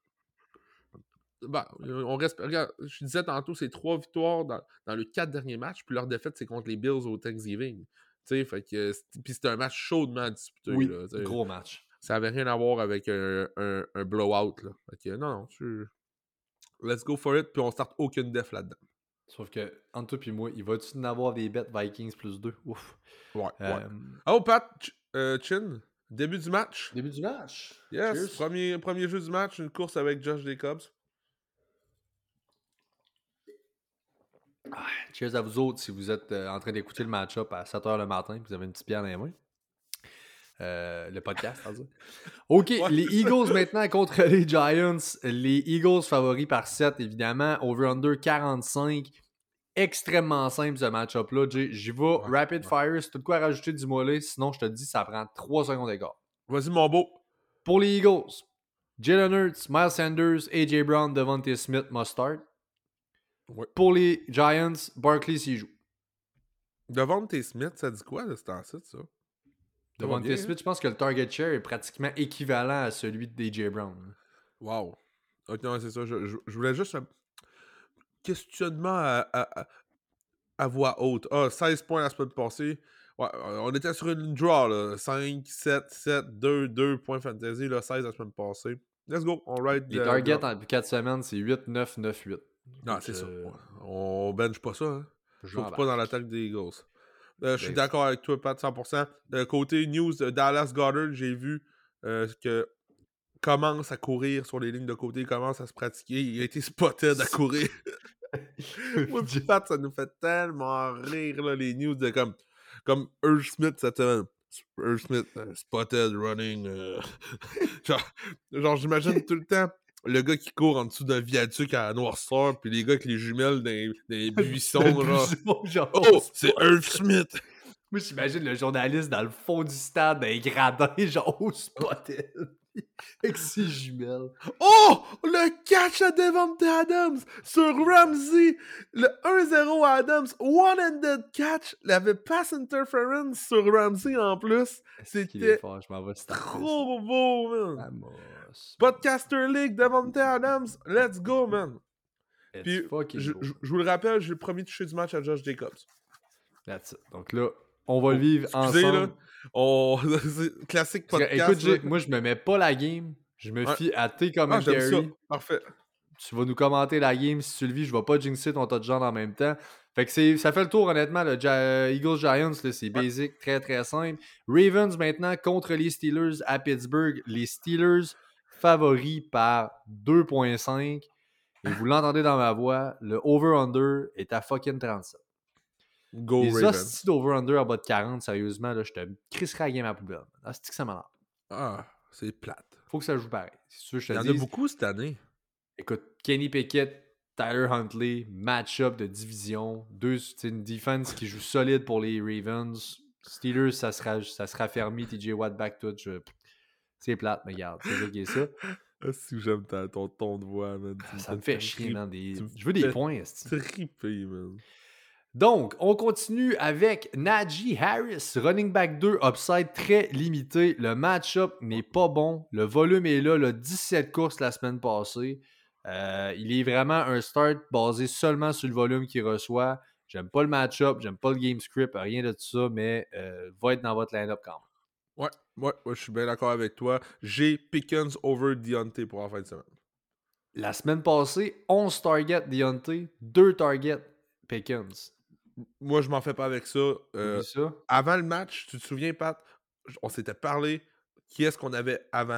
Bah, on reste. Regarde, je disais tantôt, c'est 3 victoires dans les 4 derniers matchs, puis leur défaite, c'est contre les Bills au Thanksgiving. Tu sais, fait que. Puis c'était un match chaudement disputé. Oui, là, gros match. Ça avait rien à voir avec un blowout. Là. Fait que non, let's go for it, puis on start aucune def là-dedans. Sauf que, entre toi et moi, il va-tu en avoir des bêtes Vikings +2? Ouf. Ouais. Oh, Pat, Chin, début du match. Début du match. Yes, premier jeu du match, une course avec Josh Jacobs. Cheers à vous autres si vous êtes en train d'écouter le match-up à 7h le matin et que vous avez une petite bière dans les mains. Le podcast, ça veut dire. OK, les Eagles maintenant contre les Giants. Les Eagles favoris par 7, évidemment. Over-under 45. Extrêmement simple ce match-up-là. J'y vais rapid fire. Si tu as de quoi rajouter, dis-moi là. Sinon, je te dis, ça prend 3 secondes d'écart. Vas-y, mon beau. Pour les Eagles, Jalen Hurts, Miles Sanders, A.J. Brown, Devontae Smith must start. Ouais. Pour les Giants, Barkley s'y joue. Devontae Smith, ça dit quoi de ce temps-ci, ça? Devontae Smith, je pense que le target share est pratiquement équivalent à celui de A.J. Brown. Wow. Ok, non, c'est ça. Je voulais juste un questionnement à voix haute. 16 points la semaine passée. Ouais, on était sur une draw, là. 5, 7, 7, 2, 2 points fantasy, là, 16 la semaine passée. Let's go, on ride. Les targets depuis 4 semaines, c'est 8, 9, 9, 8. Non, c'est ça. On bench pas ça, hein. Surtout pas dans l'attaque des Eagles. Je suis d'accord avec toi, Pat, 100%. Côté news de Dallas Goedert, j'ai vu que commence à courir sur les lignes de côté, commence à se pratiquer. Il a été spotted à courir. Moi, Pat, ça nous fait tellement rire, là, les news de comme Irv Smith cette semaine. Irv Smith, spotted running. genre j'imagine tout le temps le gars qui court en dessous d'un viaduc à la noirceur, puis les gars avec les jumelles dans les buissons. genre, oh, c'est Irv Smith! Moi, j'imagine le journaliste dans le fond du stade, dans les gradins, genre, oh, spotted. Avec ses jumelles. Oh! Le catch à Devontae Adams sur Ramsey. Le 1-0 à Adams. One-handed catch. Il avait pass interference sur Ramsey en plus. Est-ce qu'il est C'était fort? Je m'en vais starter trop beau, man. Vamos. Podcaster League, Devontae Adams. Let's go, man. It's Puis, fucking je go. vous le rappelle, j'ai promis de toucher du match à Josh Jacobs. That's it. Donc là, on va le vivre Excusez, ensemble. là. C'est classique Parce que, podcast. écoute, moi, je me mets pas la game. Je me Ouais. fie à tes j'aime ça. commentary. Parfait. Tu vas nous commenter la game si tu le vis. Je vais pas jinxer ton touchdown en même temps. Fait que ça fait le tour, honnêtement. Le Eagles Giants, là, c'est basic, très très simple. Ravens maintenant contre les Steelers à Pittsburgh. Les Steelers favoris par 2.5. Et vous l'entendez dans ma voix, le over-under est à fucking 37. Go Les Ravens. hosties d'over-under en bas de 40, sérieusement, là, je te crisserai la game à la poubelle. Hostie que ça m'énerve. Ah, c'est plate. Faut que ça joue pareil. Si tu veux, je te Il y en dise. a beaucoup cette année. Écoute, Kenny Pickett, Tyler Huntley, match-up de division. C'est une defense qui joue solide pour les Ravens. Steelers, ça se raffermit. TJ Watt back tout. C'est plate, mais regarde, c'est ça qui est ça. Ah, si j'aime ton ton de voix, man. Ça me fait chier, man. Je veux fais des points, esti. triper, man. Donc, on continue avec Najee Harris, running back 2, upside très limité. Le match-up n'est pas bon. Le volume est là, 17 courses la semaine passée. Il est vraiment un start basé seulement sur le volume qu'il reçoit. J'aime pas le match-up, j'aime pas le game script, rien de tout ça, mais va être dans votre line-up quand même. Ouais, je suis bien d'accord avec toi. J'ai Pickens over Deontay pour la fin de semaine. La semaine passée, 11 targets Deontay, 2 targets Pickens. Moi, je m'en fais pas avec ça. Oublie ça. Avant le match, tu te souviens, Pat? On s'était parlé. Qui est-ce qu'on avait avant?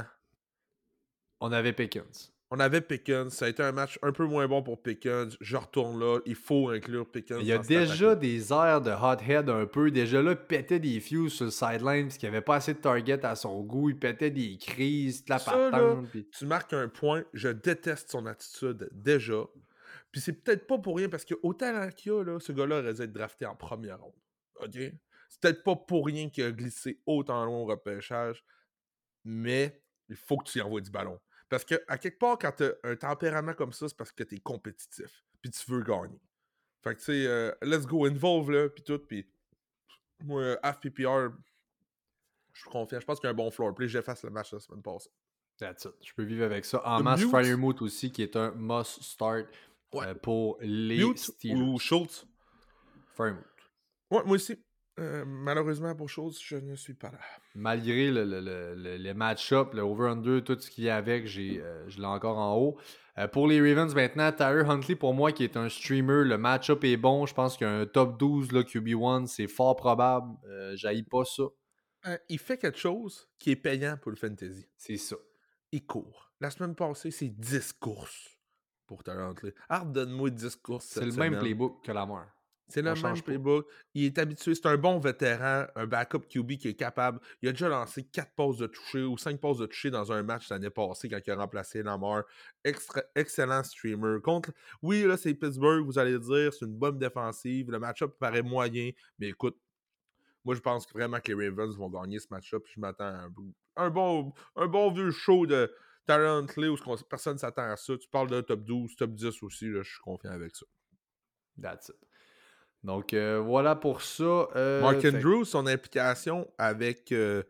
On avait Pickens. On avait Pickens. Ça a été un match un peu moins bon pour Pickens. Je retourne là. Il faut inclure Pickens. Il y a déjà des airs de hothead un peu. Déjà là, il pétait des fuses sur le sideline parce qu'il n'y avait pas assez de target à son goût. Il pétait des crises, de la Ça, là, patente. Puis... tu marques un point. Je déteste son attitude déjà. Puis c'est peut-être pas pour rien parce qu'au talent qu'il a, là, ce gars-là aurait dû être drafté en première ronde. OK? C'est peut-être pas pour rien qu'il a glissé autant loin au repêchage. Mais il faut que tu lui envoies du ballon. Parce que, à quelque part, quand tu as un tempérament comme ça, c'est parce que tu es compétitif. Puis tu veux gagner. Fait que, tu sais, let's go, involve, là, puis tout. Puis, moi, FPPR, je suis confiant. Je pense qu'il y a un bon floor play. J'efface le match la semaine passée. That's it. Je peux vivre avec ça. En The masse, Mute. Fryermuth aussi, qui est un must start pour les Mute Steelers. ou Schultz? Fryermuth. Ouais, moi aussi. Malheureusement, pour Schultz, je ne suis pas là. Malgré le match-up, le over-under, tout ce qu'il y a avec, je l'ai encore en haut. Pour les Ravens maintenant, Tyler Huntley, pour moi, qui est un streamer, le match-up est bon. Je pense qu'il y a un top 12 là, QB1, c'est fort probable. J'haïs pas ça. Il fait quelque chose qui est payant pour le fantasy. C'est ça. Il court. La semaine passée, c'est 10 courses pour Tyler Huntley. Donne-moi 10 courses C'est cette le semaine. même playbook que Lamar. C'est le On même change pas. playbook. Il est habitué. C'est un bon vétéran, un backup QB qui est capable. Il a déjà lancé 4 passes de toucher ou 5 passes de toucher dans un match l'année passée quand il a remplacé Lamar. Excellent streamer. Oui, là, c'est Pittsburgh, vous allez dire. C'est une bonne défensive. Le match-up paraît moyen. Mais écoute, moi, je pense vraiment que les Ravens vont gagner ce match-up. Je m'attends à un bon vieux show de Tyler Huntley où personne ne s'attend à ça. Tu parles de top 12, top 10 aussi. Là, je suis confiant avec ça. That's it. Donc, voilà pour ça. Mark Andrews, son implication avec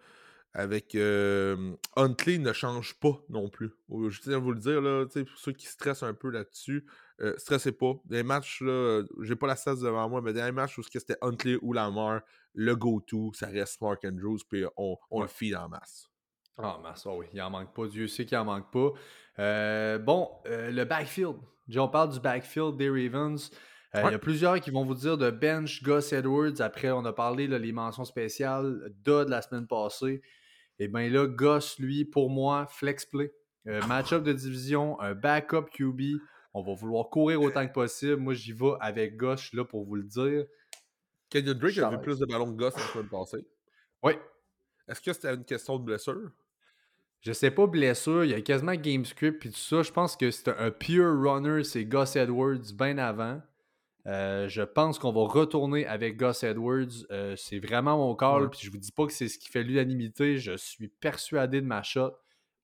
Huntley ne change pas non plus. Je tiens à vous le dire, là, pour ceux qui stressent un peu là-dessus, stressez pas. Des matchs, là, j'ai pas la stats devant moi, mais des matchs où c'était Huntley ou Lamar, le go-to, ça reste Mark Andrews, puis on le file en masse. Ah, masse, oui, il en manque pas. Dieu sait qu'il en manque pas. Le backfield. On parle du backfield des Ravens. Il y a plusieurs qui vont vous dire de bench Gus Edwards. Après, on a parlé les mentions spéciales de la semaine passée. Et bien là, Gus, lui, pour moi, flex play. Match-up de division, un backup QB. On va vouloir courir autant que possible. Moi, j'y vais avec Gus, je suis là pour vous le dire. Kenyon Drake a vu plus de ballons que Gus la semaine passée. Oui. Est-ce que c'était une question de blessure? Je sais pas, blessure. Il y a quasiment game script puis tout ça. Je pense que c'est un pure runner. C'est Gus Edwards bien avant. Je pense qu'on va retourner avec Gus Edwards. C'est vraiment mon call. Puis je vous dis pas que c'est ce qui fait l'unanimité. Je suis persuadé de ma shot.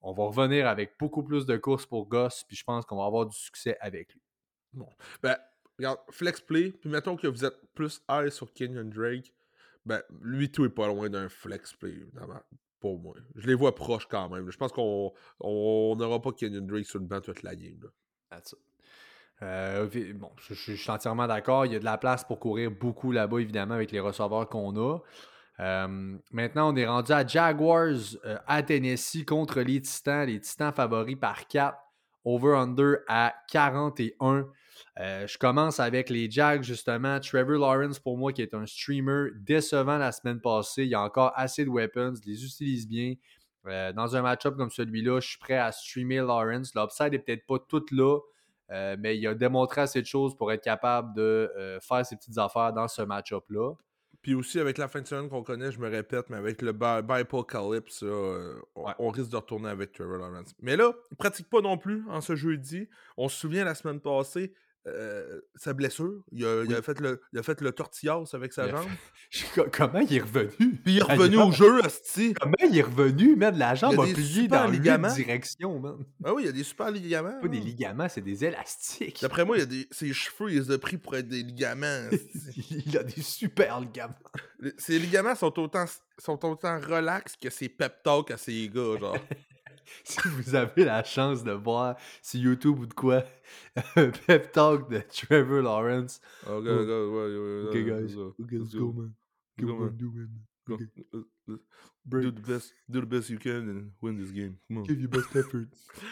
on va revenir avec beaucoup plus de courses pour Goss, puis je pense qu'on va avoir du succès avec lui. Bon. Ben, regarde, flex play, puis mettons que vous êtes plus high sur Kenyon Drake, ben, lui, tout est pas loin d'un flex play, évidemment, pour moi. Je les vois proches quand même. Je pense qu'on n'aura pas Kenyon Drake sur le banc toute la game. Là. That's it. Bon, je suis entièrement d'accord. Il y a de la place pour courir beaucoup là-bas, évidemment, avec les receveurs qu'on a. Maintenant, on est rendu à Jaguars à Tennessee contre les Titans. Les Titans favoris par 4. Over-under à 41. Je commence avec les Jags, justement. Trevor Lawrence, pour moi, qui est un streamer décevant la semaine passée. Il y a encore assez de weapons. Il les utilise bien. Dans un match-up comme celui-là, je suis prêt à streamer Lawrence. L'upside n'est peut-être pas tout là, mais il a démontré assez de choses pour être capable de faire ses petites affaires dans ce match-up-là. Puis aussi, avec la fin de semaine qu'on connaît, je me répète, mais avec le Bipocalypse, on risque de retourner avec Trevor Lawrence. Mais là, il ne pratique pas non plus en ce jeudi. On se souvient la semaine passée, sa blessure. Il a fait le tortillas avec sa jambe. Comment il est revenu? Puis il est revenu au jeu, asti. Comment il est revenu, man? La jambe a plié dans les ligaments. directions, man. Ah oui, il y a des super ligaments. Pas des ligaments, c'est des élastiques. D'après moi, ses cheveux, il les a pris pour être des ligaments. Il a des super ligaments. Ses ligaments sont autant relax que ses pep talks à ses gars, genre. Si vous avez la chance de voir sur YouTube ou de quoi, un pep talk de Trevor Lawrence. Okay, guys. Let's go, man. Go, man. Do it, man. Okay. Do the best you can and win this game. Come on. Give your best effort.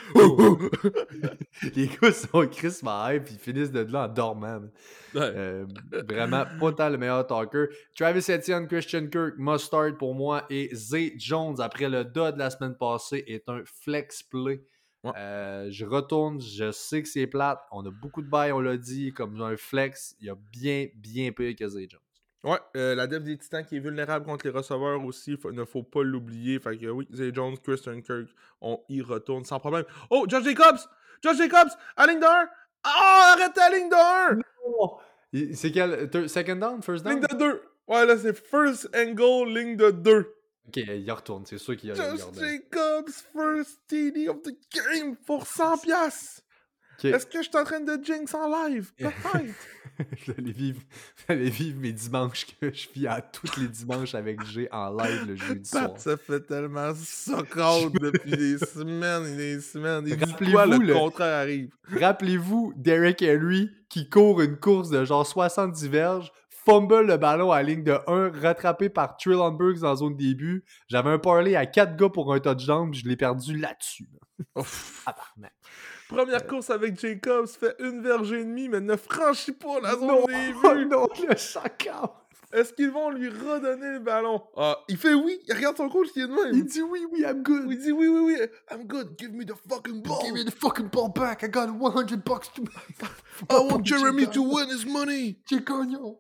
Les gars sont crissement hype puis ils finissent de là en dormant. Ouais. Vraiment pas tant le meilleur talker. Travis Etienne, Christian Kirk, Mustard pour moi et Zay Jones après le dud de la semaine passée est un flex play. Ouais. Je retourne, je sais que c'est plate. On a beaucoup de bails, on l'a dit, comme un flex. Il y a bien pire que Zay Jones. Ouais, la def des Titans qui est vulnérable contre les receveurs aussi, il ne faut pas l'oublier. Fait que oui, Zay Jones, Christian Kirk, on y retourne sans problème. Oh, Josh Jacobs, à ligne de 1! Ah, arrêtez à ligne de 1! Non. C'est quel? Second down? First down? Ligne de 2. Ouais, là, c'est first and goal, ligne de 2. Ok, il retourne, c'est sûr qu'il y a Josh Jacobs, first TD of the game pour 100$. Okay. Est-ce que je suis en train de jinx en live? Peut-être. J'allais vivre mes dimanches que je vis à tous les dimanches avec G en live le jeudi soir. Ça fait tellement soc-out depuis des semaines et des semaines. Et rappelez-vous, le contraire arrive. Rappelez-vous Derrick Henry qui court une course de genre 70 verges, fumble le ballon à la ligne de 1, rattrapé par Treylon Burks dans zone début. J'avais un parlay à 4 gars pour un touchdown, je l'ai perdu là-dessus. Première course avec Jacobs, fait 1 verge et demie, mais ne franchit pas la zone début. Non, le chacun. Est-ce qu'ils vont lui redonner le ballon? Ah, il fait oui, il regarde son coach qui est de même. Il dit oui, I'm good. Il dit oui, I'm good. Give me the fucking ball. Give me the fucking ball back. I got $100 to I want Jeremy to win his money. J'ai gagnon.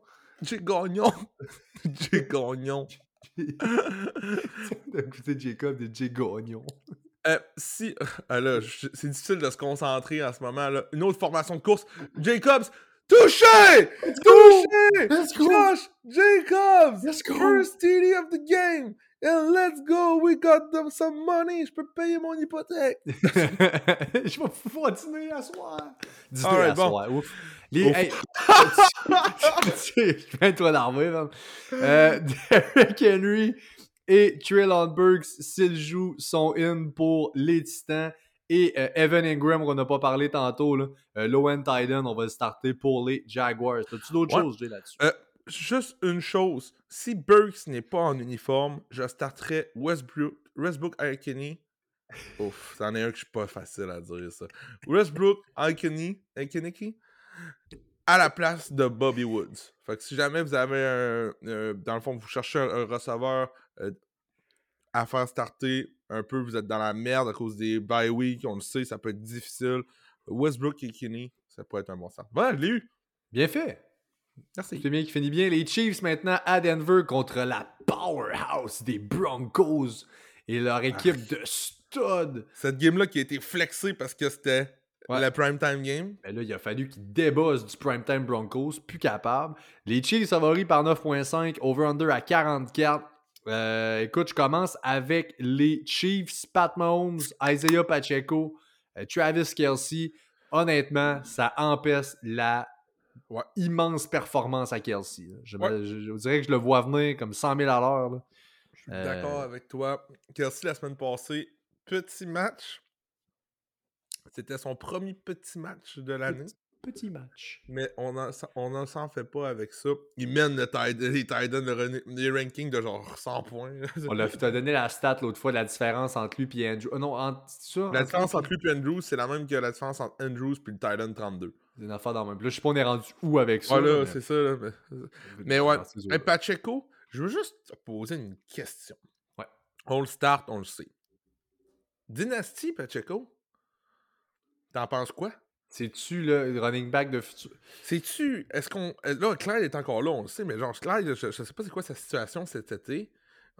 D'écouter Jacob de Jay Gagnon. Là, c'est difficile de se concentrer en ce moment. Là. Une autre formation de course. Jacobs, touché! Let's go! Josh Jacobs! Let's go! First TD of the game! And let's go! We got them some money! Je peux payer mon hypothèque! Je vais pouvoir dîner à soir! Dîner à soir, ouf! Hey, je viens de toi d'armer, man. Derrick Henry et Treylon Burks, s'ils jouent, sont in pour les Titans. Et Evan Ingram, qu'on n'a pas parlé tantôt, là, low-end tight end, on va le starter pour les Jaguars. T'as-tu d'autres choses, Jay, là-dessus? Juste une chose. Si Burks n'est pas en uniforme, je starterai Westbrook Ikhine. Ouf, c'en est un que je suis pas facile à dire, ça. Westbrook Ikhine à la place de Bobby Woods. Fait que si jamais vous avez dans le fond, vous cherchez un receveur à faire starter un peu, vous êtes dans la merde à cause des bye week, on le sait, ça peut être difficile. Westbrook et Kinney, ça pourrait être un bon start. Voilà, je l'ai eu. Bien fait. Merci. C'est bien qui finit bien. Les Chiefs maintenant à Denver contre la powerhouse des Broncos et leur équipe de stud. Cette game-là qui a été flexée parce que c'était la primetime game. Mais là, il a fallu qu'ils débossent du primetime Broncos, plus capable. Les Chiefs favoris par 9.5, over-under à 44. Écoute, je commence avec les Chiefs, Pat Mahomes, Isaiah Pacheco, Travis Kelce. Honnêtement, ça empêche la immense performance à Kelce. Je dirais que je le vois venir comme 100 000 à l'heure. Là. Je suis d'accord avec toi. Kelce, la semaine passée, petit match. C'était son premier petit match de l'année. Petit match. Mais on ne s'en fait pas avec ça. Il mène les Titans, les rankings de genre 100 points. On l'a donné la stat l'autre fois, la différence entre lui et Andrew. Non, la différence entre lui et Andrews, c'est la même que la différence entre Andrews et le Titan 32. C'est une affaire dans le même. Là, je sais pas on est rendu où avec ça. Voilà, mais... c'est ça. Là, mais ouais, Pacheco, je veux juste te poser une question. Ouais. On le start, on le sait. Dynastie Pacheco, t'en penses quoi? C'est-tu le running back de futur? C'est-tu... Est-ce qu'on... Là, Clyde est encore là, on le sait, mais genre, Clyde, je sais pas c'est quoi sa situation cet été.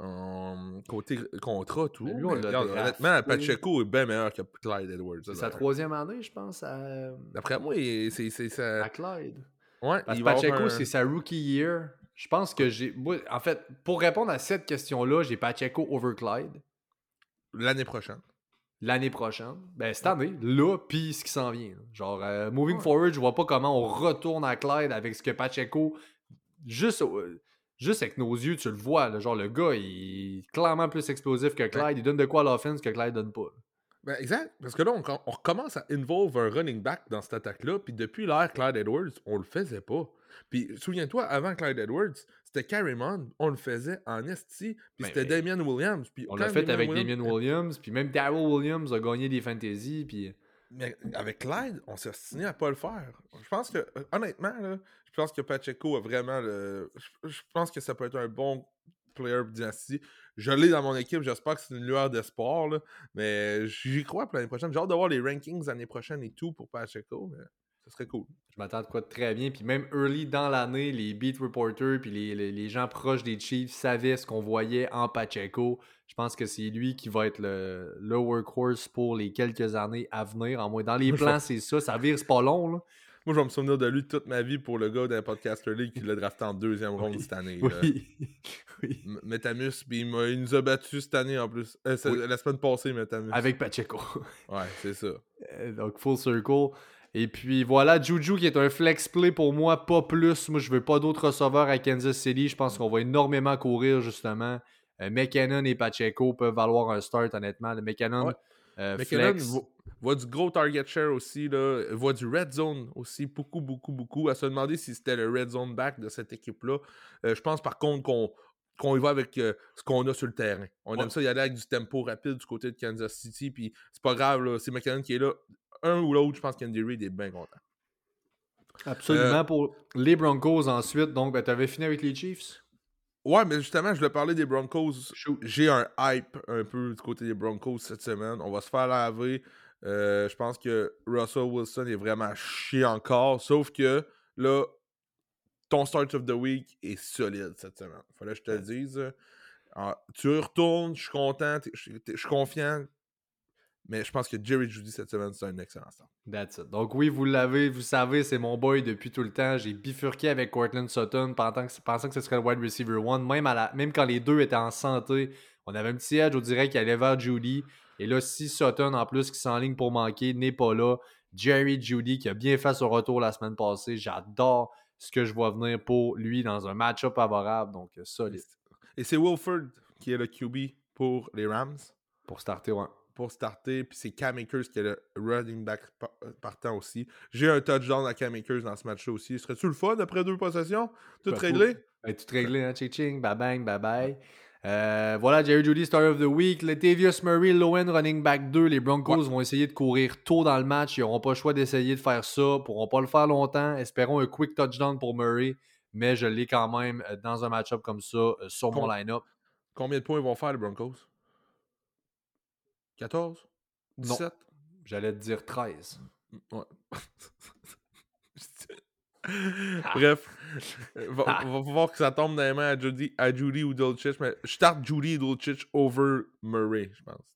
Côté contrat, tout. Mais lui, honnêtement, Pacheco est bien meilleur que Clyde Edwards. C'est sa 3e année, je pense. D'après moi, c'est ça... À Clyde. Ouais, parce que Pacheco, c'est sa rookie year. Je pense que j'ai... En fait, pour répondre à cette question-là, j'ai Pacheco over Clyde. L'année prochaine. L'année prochaine. Ben, cette année, là, pis ce qui s'en vient. Là. Genre, moving forward, je vois pas comment on retourne à Clyde avec ce que Pacheco... Juste avec nos yeux, tu le vois. Là, genre, le gars, il est clairement plus explosif que Clyde. Il donne de quoi à l'offense que Clyde donne pas. Ben, exact. Parce que là, on recommence à involve un running back dans cette attaque-là. Puis depuis l'ère Clyde Edwards, on le faisait pas. Puis souviens-toi, avant Clyde Edwards, c'était Carrymon, on le faisait en esti. Puis c'était Damien Williams. Puis on l'a fait avec Damien Williams. Puis même Darrell Williams a gagné des fantasy. Puis... Mais avec Clyde, on s'est obstiné à pas le faire. Je pense que, honnêtement, là, je pense que Pacheco a vraiment le... Je pense que ça peut être un bon player dynastie. Je l'ai dans mon équipe, j'espère que c'est une lueur d'espoir, là, mais j'y crois pour l'année prochaine. J'ai hâte de voir les rankings l'année prochaine et tout pour Pacheco, mais ça serait cool. Je m'attends de quoi de très bien. Puis même early dans l'année, les beat reporters puis les gens proches des Chiefs savaient ce qu'on voyait en Pacheco. Je pense que c'est lui qui va être le workhorse pour les quelques années à venir. En moins, dans les plans, c'est ça. Ça vire, c'est pas long, là. Moi, je vais me souvenir de lui toute ma vie pour le gars d'un podcaster league qui l'a drafté en 2e ronde cette année. Oui. Metamus, puis il nous a battus cette année en plus. La semaine passée, Metamus. Avec Pacheco. Ouais, c'est ça. Donc, full circle. Et puis voilà, Juju qui est un flex play pour moi, pas plus. Moi, je veux pas d'autres receveurs à Kansas City. Je pense qu'on va énormément courir, justement. McKinnon et Pacheco peuvent valoir un start, honnêtement. Le McKinnon, flex. Voit du gros target share aussi, là. Voit du red zone aussi, beaucoup. À se demander si c'était le red zone back de cette équipe-là. Je pense par contre qu'on y va avec ce qu'on a sur le terrain. On aime ça y aller avec du tempo rapide du côté de Kansas City, puis c'est pas grave, là, c'est McKinnon qui est là. Un ou l'autre, je pense qu'Andy Reid est bien content. Absolument. Pour les Broncos ensuite, donc tu avais fini avec les Chiefs? Ouais, mais justement, je voulais parler des Broncos. J'ai un hype un peu du côté des Broncos cette semaine. On va se faire laver. Je pense que Russell Wilson est vraiment chier encore. Sauf que là, ton start of the week est solide cette semaine. Fallait que je te le dise. Alors, tu retournes, je suis content, je suis confiant. Mais je pense que Jerry Jeudy cette semaine, c'est un excellent start. That's it. Donc oui, vous savez, c'est mon boy depuis tout le temps. J'ai bifurqué avec Courtland Sutton pensant que ce serait le wide receiver 1. Même quand les deux étaient en santé, on avait un petit edge, on dirait qu'il allait vers Jeudy. Et là, si Sutton, en plus, qui s'enligne pour manquer, n'est pas là, Jerry Jeudy, qui a bien fait son retour la semaine passée, j'adore ce que je vois venir pour lui dans un match-up favorable. Donc, solide. Et c'est Wilford qui est le QB pour les Rams. Pour starter, ouais. Pour starter, puis c'est Cam Akers qui est le running back partant aussi. J'ai un touchdown à Cam Akers dans ce match-là aussi. Serais-tu le fun après 2 possessions? Tout réglé? Tout réglé, hein? Ching, bye-bang, bye-bye. Voilà, Jerry Jeudy, Star of the Week. Latavius Murray, low-end running back 2. Les Broncos vont essayer de courir tôt dans le match. Ils n'auront pas le choix d'essayer de faire ça. Ils ne pourront pas le faire longtemps. Espérons un quick touchdown pour Murray. Mais je l'ai quand même dans un match-up comme ça sur mon line-up. Combien de points ils vont faire, les Broncos? 14? 17? Non. J'allais te dire 13. Ouais. Bref, va voir que ça tombe dans les mains à Jeudy ou Dulcich, mais je starte Jeudy et Dulcich over Murray, je pense.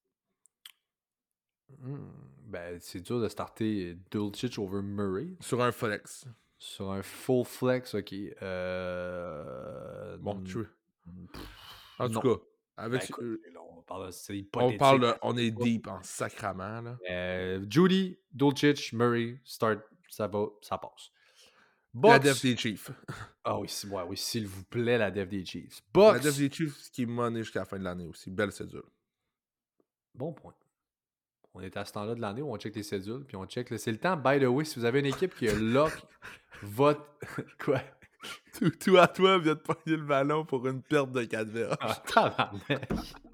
Ben, c'est dur de starter Dulcich over Murray. Sur un flex. Sur un full flex, ok. Bon, tu veux. En tout Non. cas, avec, Ben écoute, là, c'est on hypothétique. parle, on est deep en sacrament, là. Judy, Dulcich, Murray, start, ça va, ça passe. La def Bucks. des Chiefs. Ah oui, oui, s'il vous plaît, la def des Chiefs. La def Bucks. des Chiefs, ce qui est money jusqu'à la fin de l'année aussi. Belle cédule. Bon point. On est à ce temps-là de l'année où on check les cédules, puis on check. C'est le temps, by the way, si vous avez une équipe qui a lock votre. Quoi? Tout à toi vient de pogner le ballon pour une perte de 4 verges. Ah, tabarnak.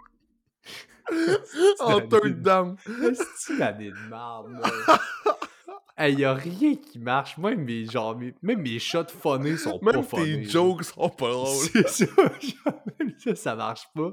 En third down. C'est une année de merde, là. Hey, y a rien qui marche. Même même mes shots phonés sont pas Même phonés. tes jokes sont pas drôles. C'est ça. Même ça marche pas.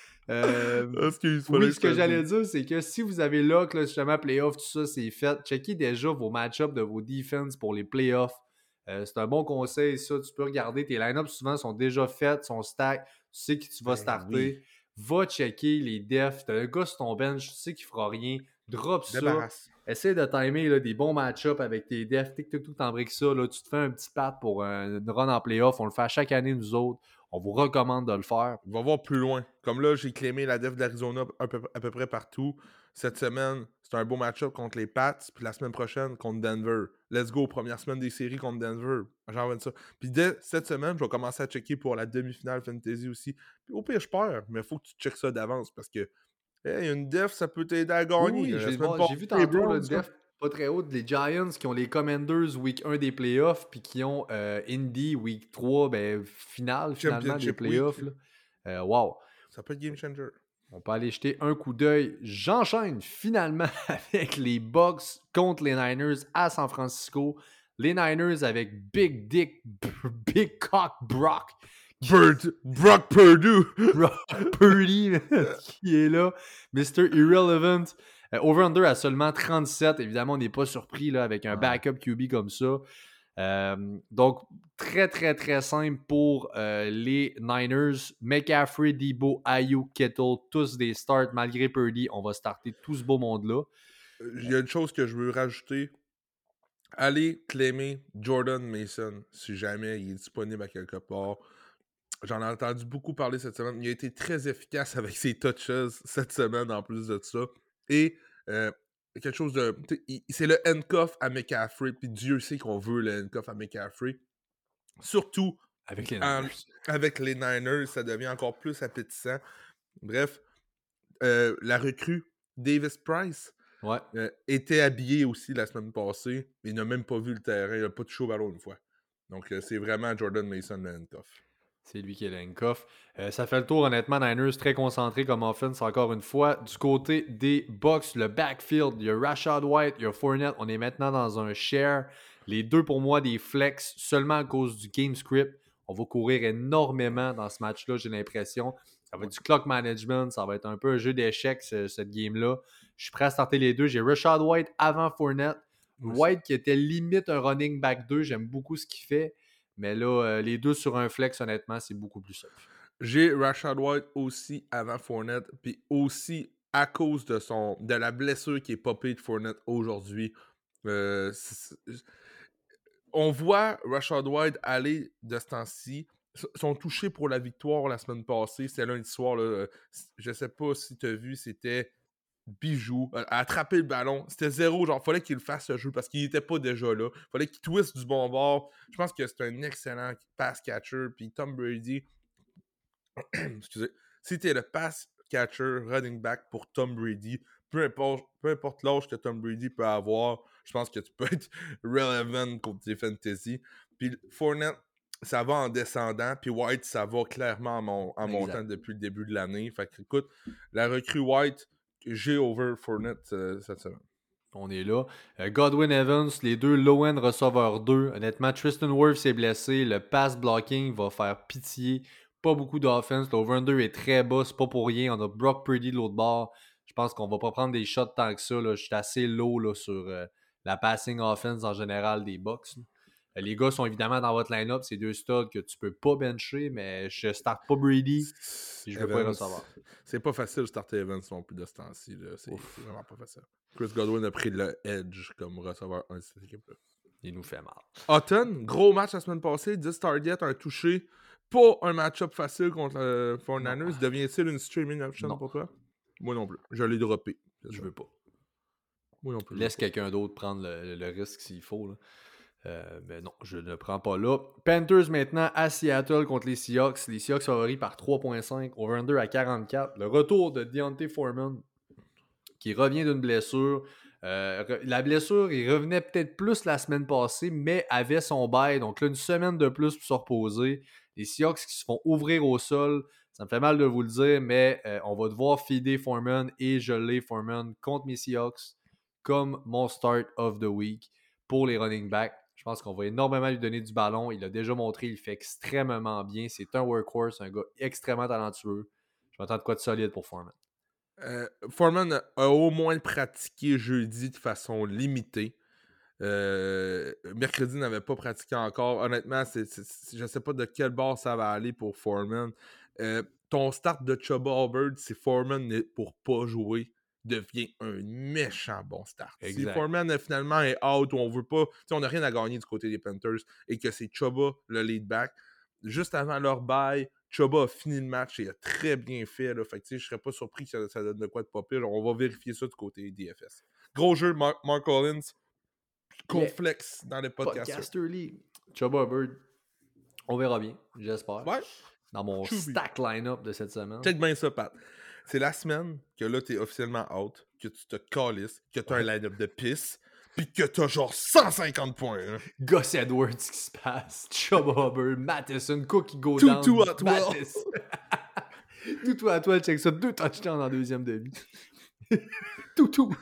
Excuse, Oui, ce que j'allais dire, c'est que si vous avez là, justement, playoff, tout ça, c'est fait. Checkez déjà vos match-ups de vos defense pour les playoffs. C'est un bon conseil, ça. Tu peux regarder. Tes line-ups, souvent, sont déjà faits, sont stack. Tu sais qui tu vas starter. Oui. Va checker les defs. T'as un gars sur ton bench, tu sais qu'il fera rien. Drop ça. Débarrasse. Essaye de timer là, des bons match-ups avec tes defs. Tic-tic-tic, t'embriques ça. Là, tu te fais un petit pat pour une run en playoff. On le fait à chaque année, nous autres. On vous recommande de le faire. On va voir plus loin. Comme là, j'ai claimé la def d'Arizona à peu près partout. Cette semaine, c'est un beau match-up contre les Pats. Puis la semaine prochaine, contre Denver. Let's go, première semaine des séries contre Denver. J'envoie ça. Puis dès cette semaine, je vais commencer à checker pour la demi-finale Fantasy aussi. Puis au pire, je perds. Mais il faut que tu checkes ça d'avance parce que une def, ça peut t'aider à gagner. Oui, La j'ai semaine vu passée, tantôt les là, Browns, une def pas très haute. Les Giants qui ont les Commanders week 1 des playoffs, puis qui ont Indy week 3, finale finalement des Championship playoffs. week. Wow. Ça peut être game changer. On peut aller jeter un coup d'œil. J'enchaîne finalement avec les Bucks contre les Niners à San Francisco. Les Niners avec Big Dick, Big Cock Brock. Brock Purdue. Brock Purdy qui est là. Mr. Irrelevant. Over-under à seulement 37. Évidemment, on n'est pas surpris là, avec un backup QB comme ça. Donc, très, très, très simple pour les Niners. McCaffrey, Debo, Ayuk, Kittle, tous des starts. Malgré Purdy, on va starter tout ce beau monde-là. Il y a une chose que je veux rajouter. Allez claimer Jordan Mason si jamais il est disponible à quelque part. J'en ai entendu beaucoup parler cette semaine. Il a été très efficace avec ses touches cette semaine en plus de ça. Et quelque chose de... C'est le handcuff à McCaffrey. Puis Dieu sait qu'on veut le handcuff à McCaffrey. Surtout avec les Niners. Avec les Niners, ça devient encore plus appétissant. Bref, la recrue Davis Price était habillé aussi la semaine passée. Il n'a même pas vu le terrain. Il n'a pas touché au ballon une fois. Donc, c'est vraiment Jordan Mason le handcuff. C'est lui qui est le handcuff. Ça fait le tour, honnêtement. Niners très concentré comme offense, encore une fois. Du côté des Bucks, le backfield, il y a Rashad White, il y a Fournette. On est maintenant dans un share. Les deux, pour moi, des flex seulement à cause du game script. On va courir énormément dans ce match-là, j'ai l'impression. Ça va être du clock management. Ça va être un peu un jeu d'échecs, cette game-là. Je suis prêt à starter les deux. J'ai Rashad White avant Fournette. White qui était limite un running back 2. J'aime beaucoup ce qu'il fait. Mais là, les deux sur un flex, honnêtement, c'est beaucoup plus safe. J'ai Rashad White aussi avant Fournette, puis aussi à cause de la blessure qui est popée de Fournette aujourd'hui. On voit Rashad White aller de ce temps-ci. Ils sont touchés pour la victoire la semaine passée. C'était lundi soir. Là. Je sais pas si tu as vu, c'était bijou. Attraper le ballon. C'était zéro. Genre, fallait qu'il fasse ce jeu parce qu'il était pas déjà là. Fallait qu'il twiste du bon bord. Je pense que c'est un excellent pass catcher. Puis Tom Brady, excusez, si t'es le pass catcher running back pour Tom Brady, peu importe l'âge que Tom Brady peut avoir, je pense que tu peux être relevant contre tes fantasy. Puis Fournette, ça va en descendant, puis White, ça va clairement en montant depuis le début de l'année. Fait que, écoute, la recrue White, j'ai over Fournette cette semaine. On est là. Godwin Evans, les deux low-end receveurs 2. Honnêtement, Tristan Wirfs s'est blessé. Le pass blocking va faire pitié. Pas beaucoup d'offense. L'over-under est très bas. C'est pas pour rien. On a Brock Purdy de l'autre bord. Je pense qu'on va pas prendre des shots tant que ça. Là. Je suis assez low là, sur la passing offense en général des Bucks. Les gars sont évidemment dans votre line-up. C'est deux studs que tu peux pas bencher, mais je starte pas Brady. Je veux pas les recevoir. C'est pas facile de starter Evans non plus de ce temps-ci. C'est vraiment pas facile. Chris Godwin a pris le edge comme receveur 1 de cette équipe-là. Il nous fait mal. Hutton, gros match la semaine passée, 10 targets, un touché. Pas un match-up facile contre 49ers. Devient-il une streaming option pour toi? Moi non plus. Je l'ai droppé. Je veux pas. Moi non plus. Laisse quelqu'un d'autre prendre le risque s'il faut. Là. Mais non, je ne prends pas là. Panthers maintenant à Seattle contre les Seahawks. Les Seahawks favoris par 3.5. Over-under à 44. Le retour de Deontay Foreman qui revient d'une blessure. La blessure, il revenait peut-être plus la semaine passée, mais avait son bail. Donc là, une semaine de plus pour se reposer. Les Seahawks qui se font ouvrir au sol. Ça me fait mal de vous le dire, mais on va devoir feeder Foreman et je l'ai Foreman contre mes Seahawks comme mon start of the week pour les running backs. Je pense qu'on va énormément lui donner du ballon. Il a déjà montré, il fait extrêmement bien. C'est un workhorse, un gars extrêmement talentueux. Je m'attends de quoi de solide pour Foreman. Foreman a au moins pratiqué jeudi de façon limitée. Mercredi n'avait pas pratiqué encore. Honnêtement, je ne sais pas de quel bord ça va aller pour Foreman. Ton start de Chuba Hubbard, si Foreman pour pas jouer, devient un méchant bon start. Exact. Si Foreman finalement est out ou on veut pas, on n'a rien à gagner du côté des Panthers et que c'est Chuba le lead back, juste avant leur bye, Chuba a fini le match et a très bien fait. Là, fait que, je serais pas surpris que ça donne de quoi de pas pire. On va vérifier ça du côté DFS. Gros jeu, Mark Collins. Conflex dans les podcasts. Podcaster League. Chuba Hubbard. On verra bien, j'espère. Ouais. Dans mon stack line-up de cette semaine. Check bien ça, Pat. C'est la semaine que là, t'es officiellement out, que tu te calisses, que t'as un line-up de pisse, pis que t'as genre 150 points. Hein. Gus Edwards qui se passe, Chuba Hubbard, Mattison, Cookie go Tout down. Tout à toi. Tout à toi, check ça. 2 touchdowns en deuxième demi. Tout.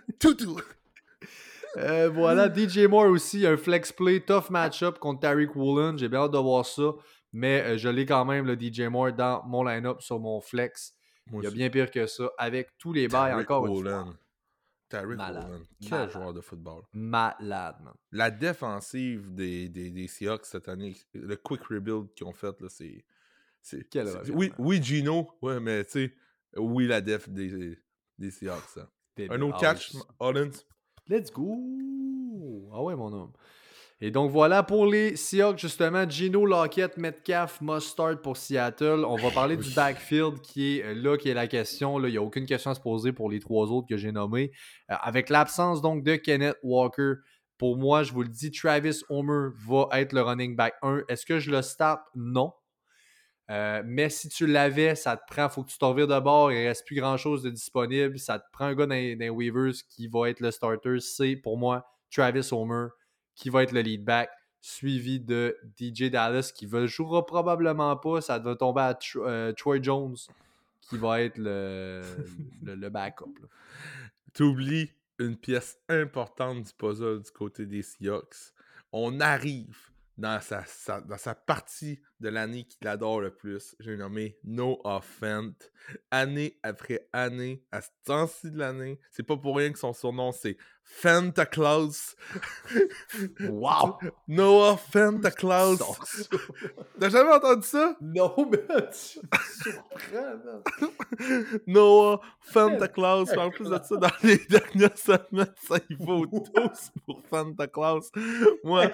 Voilà, DJ Moore aussi, un flex play, tough match-up contre Tariq Woolen. J'ai bien hâte de voir ça, mais je l'ai quand même, le DJ Moore, dans mon line-up sur mon flex. Il y a bien pire que ça, avec tous les bails encore une fois. Tariq Woolen, quel joueur de football. Malade, man. La défensive des Seahawks cette année, le quick rebuild qu'ils ont fait, là, c'est oui, Gino, ouais, mais tu sais, oui, la def des Seahawks. Hein. Un autre catch, Hollins. Let's go! Ah ouais, mon homme. Et donc voilà pour les Seahawks, justement, Gino, Lockett, Metcalf, must start pour Seattle. On va parler du backfield qui est la question. Là, il n'y a aucune question à se poser pour les 3 autres que j'ai nommés. Avec l'absence donc de Kenneth Walker, pour moi, je vous le dis, Travis Homer va être le running back 1. Est-ce que je le start? Non. Mais si tu l'avais, ça te prend, il faut que tu t'en vires de bord, il ne reste plus grand-chose de disponible. Ça te prend un gars dans les waivers qui va être le starter. C'est pour moi Travis Homer qui va être le lead back, suivi de DJ Dallas qui ne jouera probablement pas. Ça va tomber à Troy Jones qui va être le backup. T'oublies une pièce importante du puzzle du côté des Seahawks. On arrive dans sa partie de l'année qu'il adore le plus. J'ai nommé Noah Fant. Année après année, à ce temps-ci de l'année, c'est pas pour rien que son surnom c'est Fanta Claus. Wow! Noah Fanta Claus. T'as jamais entendu ça? Non, mais tu surprends, Noah Fanta Claus. En plus de ça, dans les dernières semaines, ça y vaut tous pour Fanta Claus. Moi,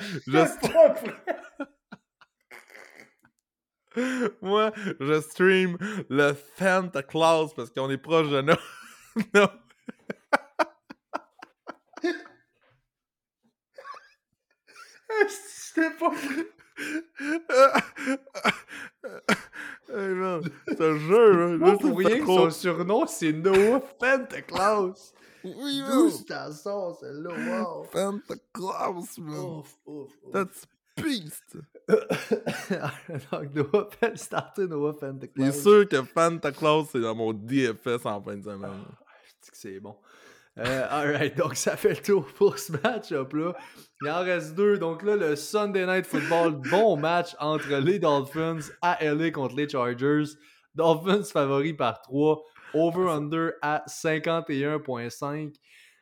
je stream le Fanta Claus parce qu'on est proche de Noah. C'était pas Hey man, c'est un jeu, pas pour rien que son surnom c'est Noah Fanta Claus. Oui, D'où ta sauce, celle-là, wow. Fanta Claus, man. Ouf. That's beast. Donc, Noah Fanta Claus. C'est sûr que Fanta Claus, c'est dans mon DFS en fin de semaine. Je dis que c'est bon. Alright, donc ça fait le tour pour ce match-up-là. Il en reste 2. Donc là, le Sunday Night Football, bon match entre les Dolphins à LA contre les Chargers. Dolphins favoris par 3. Over-under à 51.5.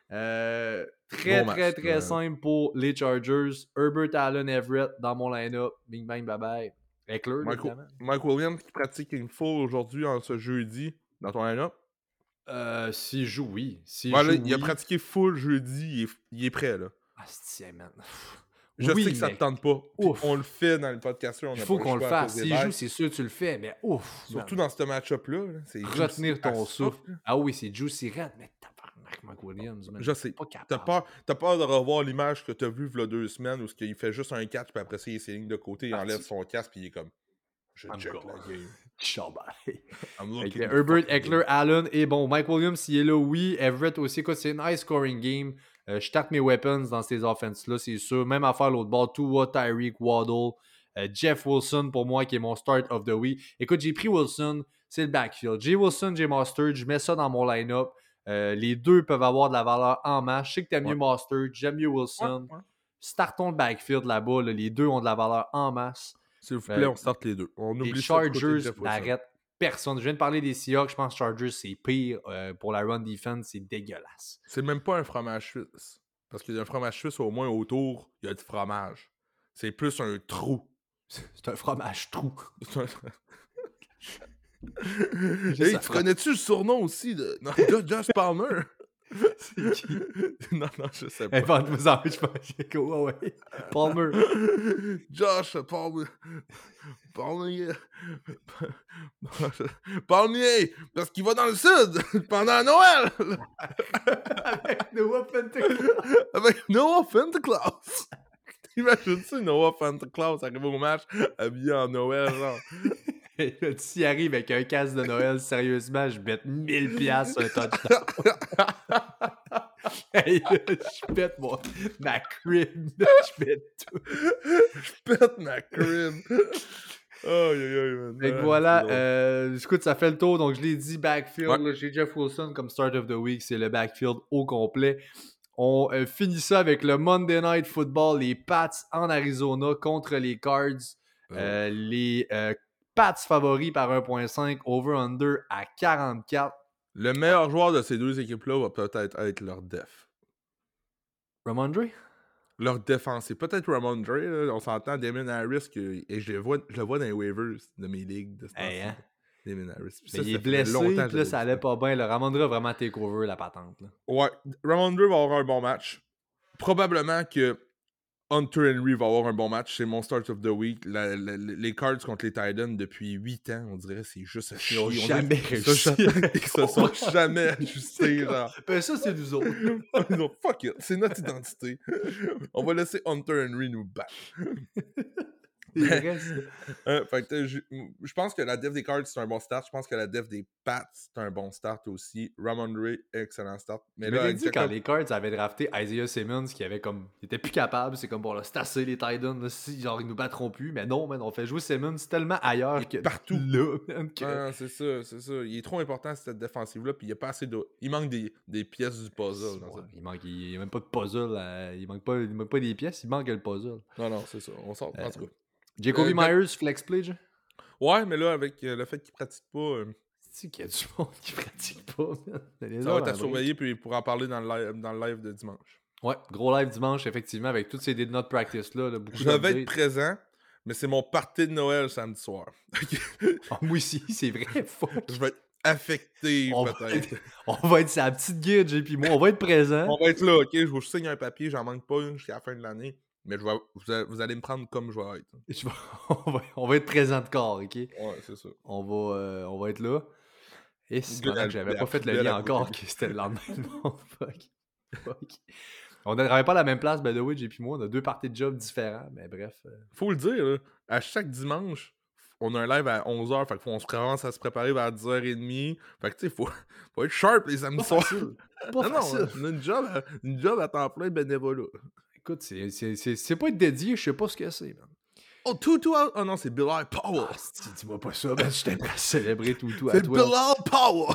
Très simple pour les Chargers. Herbert, Allen, Everett dans mon line-up. Bing, bang, bye-bye. Eckler, évidemment. Mike Williams qui pratique une full aujourd'hui, en ce jeudi, dans ton line-up. S'il joue, oui. Il a pratiqué full jeudi, il est prêt, là. Ah, c'est man. Je Oui, sais que ça mais- te tente pas. Puis Ouf. on le fait dans le podcast. Il faut qu'on le fasse. S'il joue, c'est sûr que tu le fais, mais ouf. Surtout man. dans ce match-up-là. Là, c'est Retenir juicy ton as fuck, souffle. là. Ah oui, c'est Juicy Red, mais tabarnak, Mike Williams, man. Je sais. Pas T'as capable. peur de revoir l'image que t'as vue il y a 2 semaines où il fait juste un catch, puis après ça, il est ses lignes de côté, il Parti. enlève son casque, puis il est comme je I'm check going. la game. Chamballé. I'm Avec looking le the Herbert, fucking Eckler, game. Allen et bon, Mike Williams, il est là, oui. Everett aussi. Écoute, c'est une high scoring game. Je starte mes weapons dans ces offenses-là, c'est sûr. Même affaire l'autre bord. Tua, Tyreek, Waddle, Jeff Wilson pour moi qui est mon start of the week. Écoute, j'ai pris Wilson, c'est le backfield. J'ai Wilson, j'ai Mustard, je mets ça dans mon line-up. Les deux peuvent avoir de la valeur en masse. Je sais que t'aimes mieux Mustard, j'aime mieux Wilson. Ouais. Startons le backfield là-bas. Là. Les deux ont de la valeur en masse. S'il vous plaît, on starte les deux. On Les oublie ça de côté de Chargers Jeff Wilson. n'arrêtent personne. Je viens de parler des Seahawks. Je pense que Chargers, c'est pire. Pour la run defense, c'est dégueulasse. C'est même pas un fromage suisse. Parce qu'il y a un fromage suisse, au moins autour, il y a du fromage. C'est plus un trou. C'est un fromage trou. Hey, ça tu connais-tu le surnom aussi de Josh Palmer? C'est qui? Non, je sais pas. Invente-vous en je pense que ouais. Palmer. Josh Palmer. Palmier, parce qu'il va dans le sud pendant Noël Avec Noah Pentecost. avec Noah Fentaclaus. Imagine-tu Noah Fentaclaus arrive au match habillé en Noël, genre. S'il arrive avec un casque de Noël, sérieusement, je bête 1000$ sur un touchdown. Hey, je pète ma crib. Je pète tout. Je pète ma crib. Aïe, man. Fait que Ah, voilà, c'est drôle. écoute, ça fait le tour. Donc, je l'ai dit, backfield. Ouais. Là, j'ai Jeff Wilson comme start of the week. C'est le backfield au complet. On finit ça avec le Monday Night Football. Les Pats en Arizona contre les Cards. Les Pats favoris par 1.5. Over-under à 44. Le meilleur joueur de ces deux équipes-là va peut-être être leur def. Ramondre? Leur défense. C'est peut-être Ramondre, là, on s'entend, Damon Harris, et je le vois dans les waivers de mes ligues. De ce Hey, temps-ci. hein? Damon Harris. Puis Mais ça, il est ça fait blessé, longtemps que puis là, j'avais ça dit allait pas bien. Le Ramondre a vraiment take over la patente. Là. Ouais, Ramondre va avoir un bon match. Probablement que Hunter Henry va avoir un bon match. C'est mon start of the week. Les Cards contre les Titans depuis 8 ans, on dirait c'est juste à chier. Ils ont jamais réussi. Ils se sont jamais ajustés. Genre. Ben ça, c'est nous autres. Ils ont fuck it, c'est notre identité. On va laisser Hunter Henry nous battre. C'est vrai, ça. Fait que je pense que la def des Cards, c'est un bon start. Je pense que la def des Pats, c'est un bon start aussi. Ramondre, excellent start. Mais Mais là, t'as avec dit quand Jacob- les Cards avaient drafté Isaiah Simmons qui avait comme. Il était plus capable, c'est comme bon là, c'est assez les Titans, là, si genre ils nous battront plus. Mais non, man, on fait jouer Simmons tellement ailleurs Il est que partout. là, man, que... Ah, c'est ça. Il est trop important cette défensive-là, puis il y a pas assez de. Il manque des pièces du puzzle dans Ouais, ça. il y a même pas de puzzle, il manque pas des pièces, il manque le puzzle. Non, c'est ça. On sort. En tout cas. Jacoby Myers, flex play, Jay? Ouais, mais là, avec le fait qu'il pratique pas, C'est qu'il y a du monde qui pratique pas, man. ça va être à surveiller, puis pour en parler dans le live de dimanche. Ouais, gros live dimanche, effectivement, avec toutes ces did not practice-là. Là, beaucoup Je vais être d'updates. présent, mais c'est mon party de Noël samedi soir. Ah, moi aussi, c'est vrai, fuck. Je vais être affecté, On va peut-être. On va être sa petite guide, JP moi. On va être présent. On va être là, ok? Je vous signe un papier, j'en manque pas une jusqu'à la fin de l'année. Mais vous allez me prendre comme je vais être. On va être présent de corps, ok? Ouais, c'est ça. On va être là. Et c'est Good, pendant que j'avais la pas fait le poubelle lien à côté. encore que c'était le lendemain. Non, fuck. On ne travaille pas à la même place, by the way, JP moi. On a deux parties de job différents, mais bref. Faut le dire, là, à chaque dimanche, on a un live à 11h, fait qu'on se commence à se préparer vers 10h30. Fait que tu sais, faut être sharp les samedis soirs. Pas Non, facile. on a une job à temps plein de bénévolat. Écoute, c'est pas être dédié, je sais pas ce que c'est, man. Oh, Tutu out! Oh non, c'est Bilal Powell! Ah, dis-moi pas ça, man. Je t'aimerais célébrer tout à C'est toi. Bilal Powell!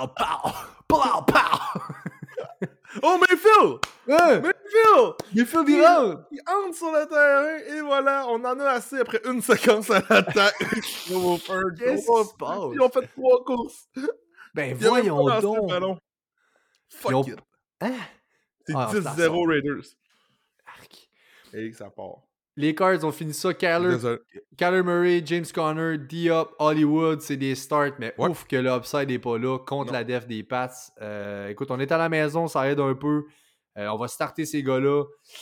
Bilal Powell! Oh, Mayfield! Hein? Mayfield! Il fait des rounds! Il entre sur le terrain et voilà, on en a assez après une séquence à l'attaque. Qu'est-ce qui se passe? Ils ont fait 3 courses. Ben Ils ont même voyons pas lancé le donc! ballon. Fuck Ils ont- it. Hein? C'est Ah, 10-0 Raiders. Arc. Et que ça part. Les Cards ont fini ça. Désolé. Kyler Murray, James Conner, Diop, Hollywood, c'est des starts, mais Ouais. ouf que l'upside n'est pas là contre Non. la def des Pats. Écoute, on est à la maison, ça aide un peu. On va starter ces gars-là.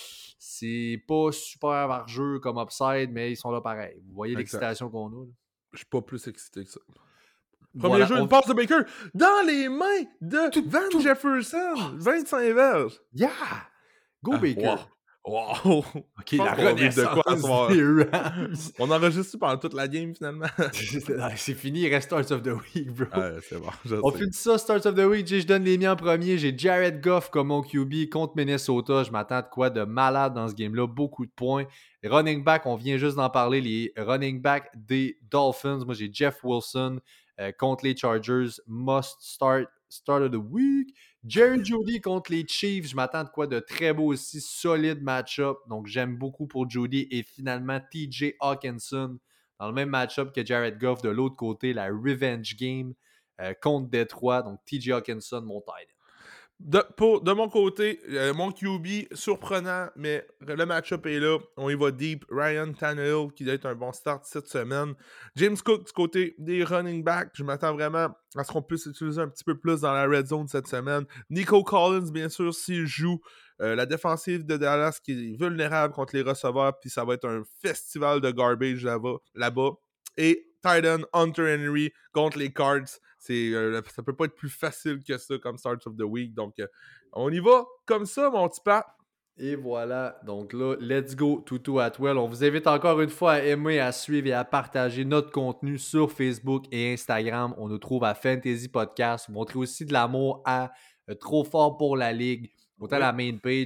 C'est pas super margeux comme upside, mais ils sont là pareil. Vous voyez l'excitation qu'on a. Là. Je suis pas plus excité que ça. Premier Voilà, jeu, une passe de Baker dans les mains de Van Jefferson. 25 verges. Yeah! Go Baker! Wow! Ok, la renaissance des Rams. On enregistre pendant toute la game, finalement. C'est fini, il reste Starts of the Week, bro. Ouais, c'est bon, On finit ça, Starts of the Week. Je donne les miens en premier. J'ai Jared Goff comme mon QB contre Minnesota. Je m'attends de quoi de malade dans ce game-là. Beaucoup de points. Les running back, on vient juste d'en parler. Les running back des Dolphins. Moi, j'ai Jeff Wilson contre les Chargers. Must start of the week. Jerry Jeudy contre les Chiefs. Je m'attends de quoi de très beau aussi. Solide match-up. Donc, j'aime beaucoup pour Jeudy. Et finalement, TJ Hawkinson dans le même match-up que Jared Goff de l'autre côté. La revenge game contre Détroit. Donc, TJ Hawkinson, mon tight end. De mon côté, mon QB, surprenant, mais le match-up est là. On y va deep. Ryan Tannehill, qui doit être un bon start cette semaine. James Cook, du côté des running backs. Je m'attends vraiment à ce qu'on puisse utiliser un petit peu plus dans la red zone cette semaine. Nico Collins, bien sûr, s'il joue. La défensive de Dallas qui est vulnérable contre les receveurs. Puis ça va être un festival de garbage là-bas. Et Titan Hunter Henry contre les Cards. Ça peut pas être plus facile que ça comme Starts of the Week. Donc, on y va comme ça, mon petit Pat. Et voilà. Donc là, let's go, Tutu Atwell. On vous invite encore une fois à aimer, à suivre et à partager notre contenu sur Facebook et Instagram. On nous trouve à Fantasy Podcast. Vous montrez aussi de l'amour à Trop Fort pour la Ligue. Autant la main page,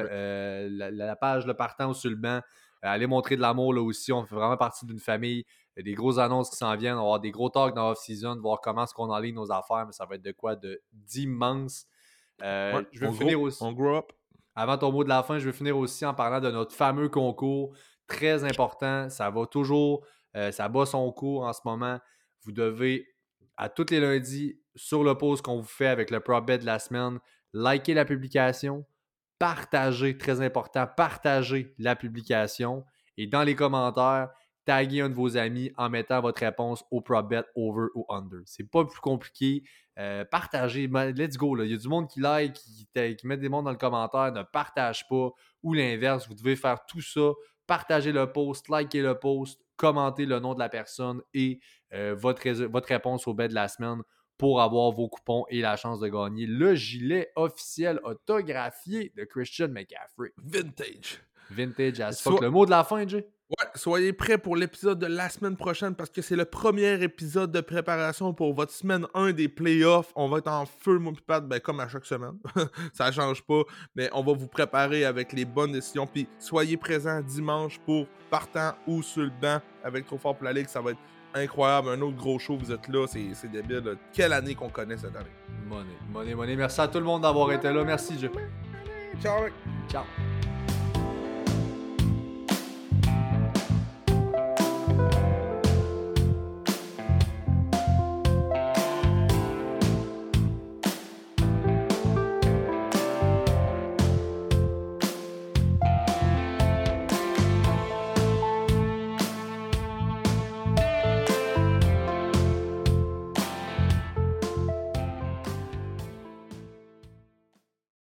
la page Le Partant ou sur le banc. Allez montrer de l'amour là aussi. On fait vraiment partie d'une famille. Il y a des grosses annonces qui s'en viennent. On va avoir des gros talks dans l'off-season, voir comment est-ce qu'on enligne nos affaires, mais ça va être de quoi d'immense. Je vais finir aussi. On grow up. Avant ton mot de la fin, je vais finir aussi en parlant de notre fameux concours. Très important. Ça va toujours. Ça bat son cours en ce moment. Vous devez, à tous les lundis, sur le post qu'on vous fait avec le prop bet de la semaine, liker la publication, partager, très important, partager la publication et dans les commentaires, taguer un de vos amis en mettant votre réponse au prop bet over ou under. C'est pas plus compliqué. Partagez, let's go. Là. Il y a du monde qui like, qui met des mondes dans le commentaire, ne partage pas ou l'inverse. Vous devez faire tout ça. Partagez le post, likez le post, commentez le nom de la personne et votre réponse au bet de la semaine pour avoir vos coupons et la chance de gagner le gilet officiel autographié de Christian McCaffrey. Vintage as fuck. Le mot de la fin, Jay? Ouais, soyez prêts pour l'épisode de la semaine prochaine parce que c'est le premier épisode de préparation pour votre semaine 1 des playoffs. On va être en feu, mon pipat, comme à chaque semaine. Ça change pas, mais on va vous préparer avec les bonnes décisions. Puis soyez présents dimanche pour Partant ou sur le banc avec Trop Fort pour la Ligue. Ça va être incroyable. Un autre gros show, vous êtes là. C'est débile. Là. Quelle année qu'on connaît cette année. Money. Merci à tout le monde d'avoir été là. Merci, Jay. Ciao. Ciao.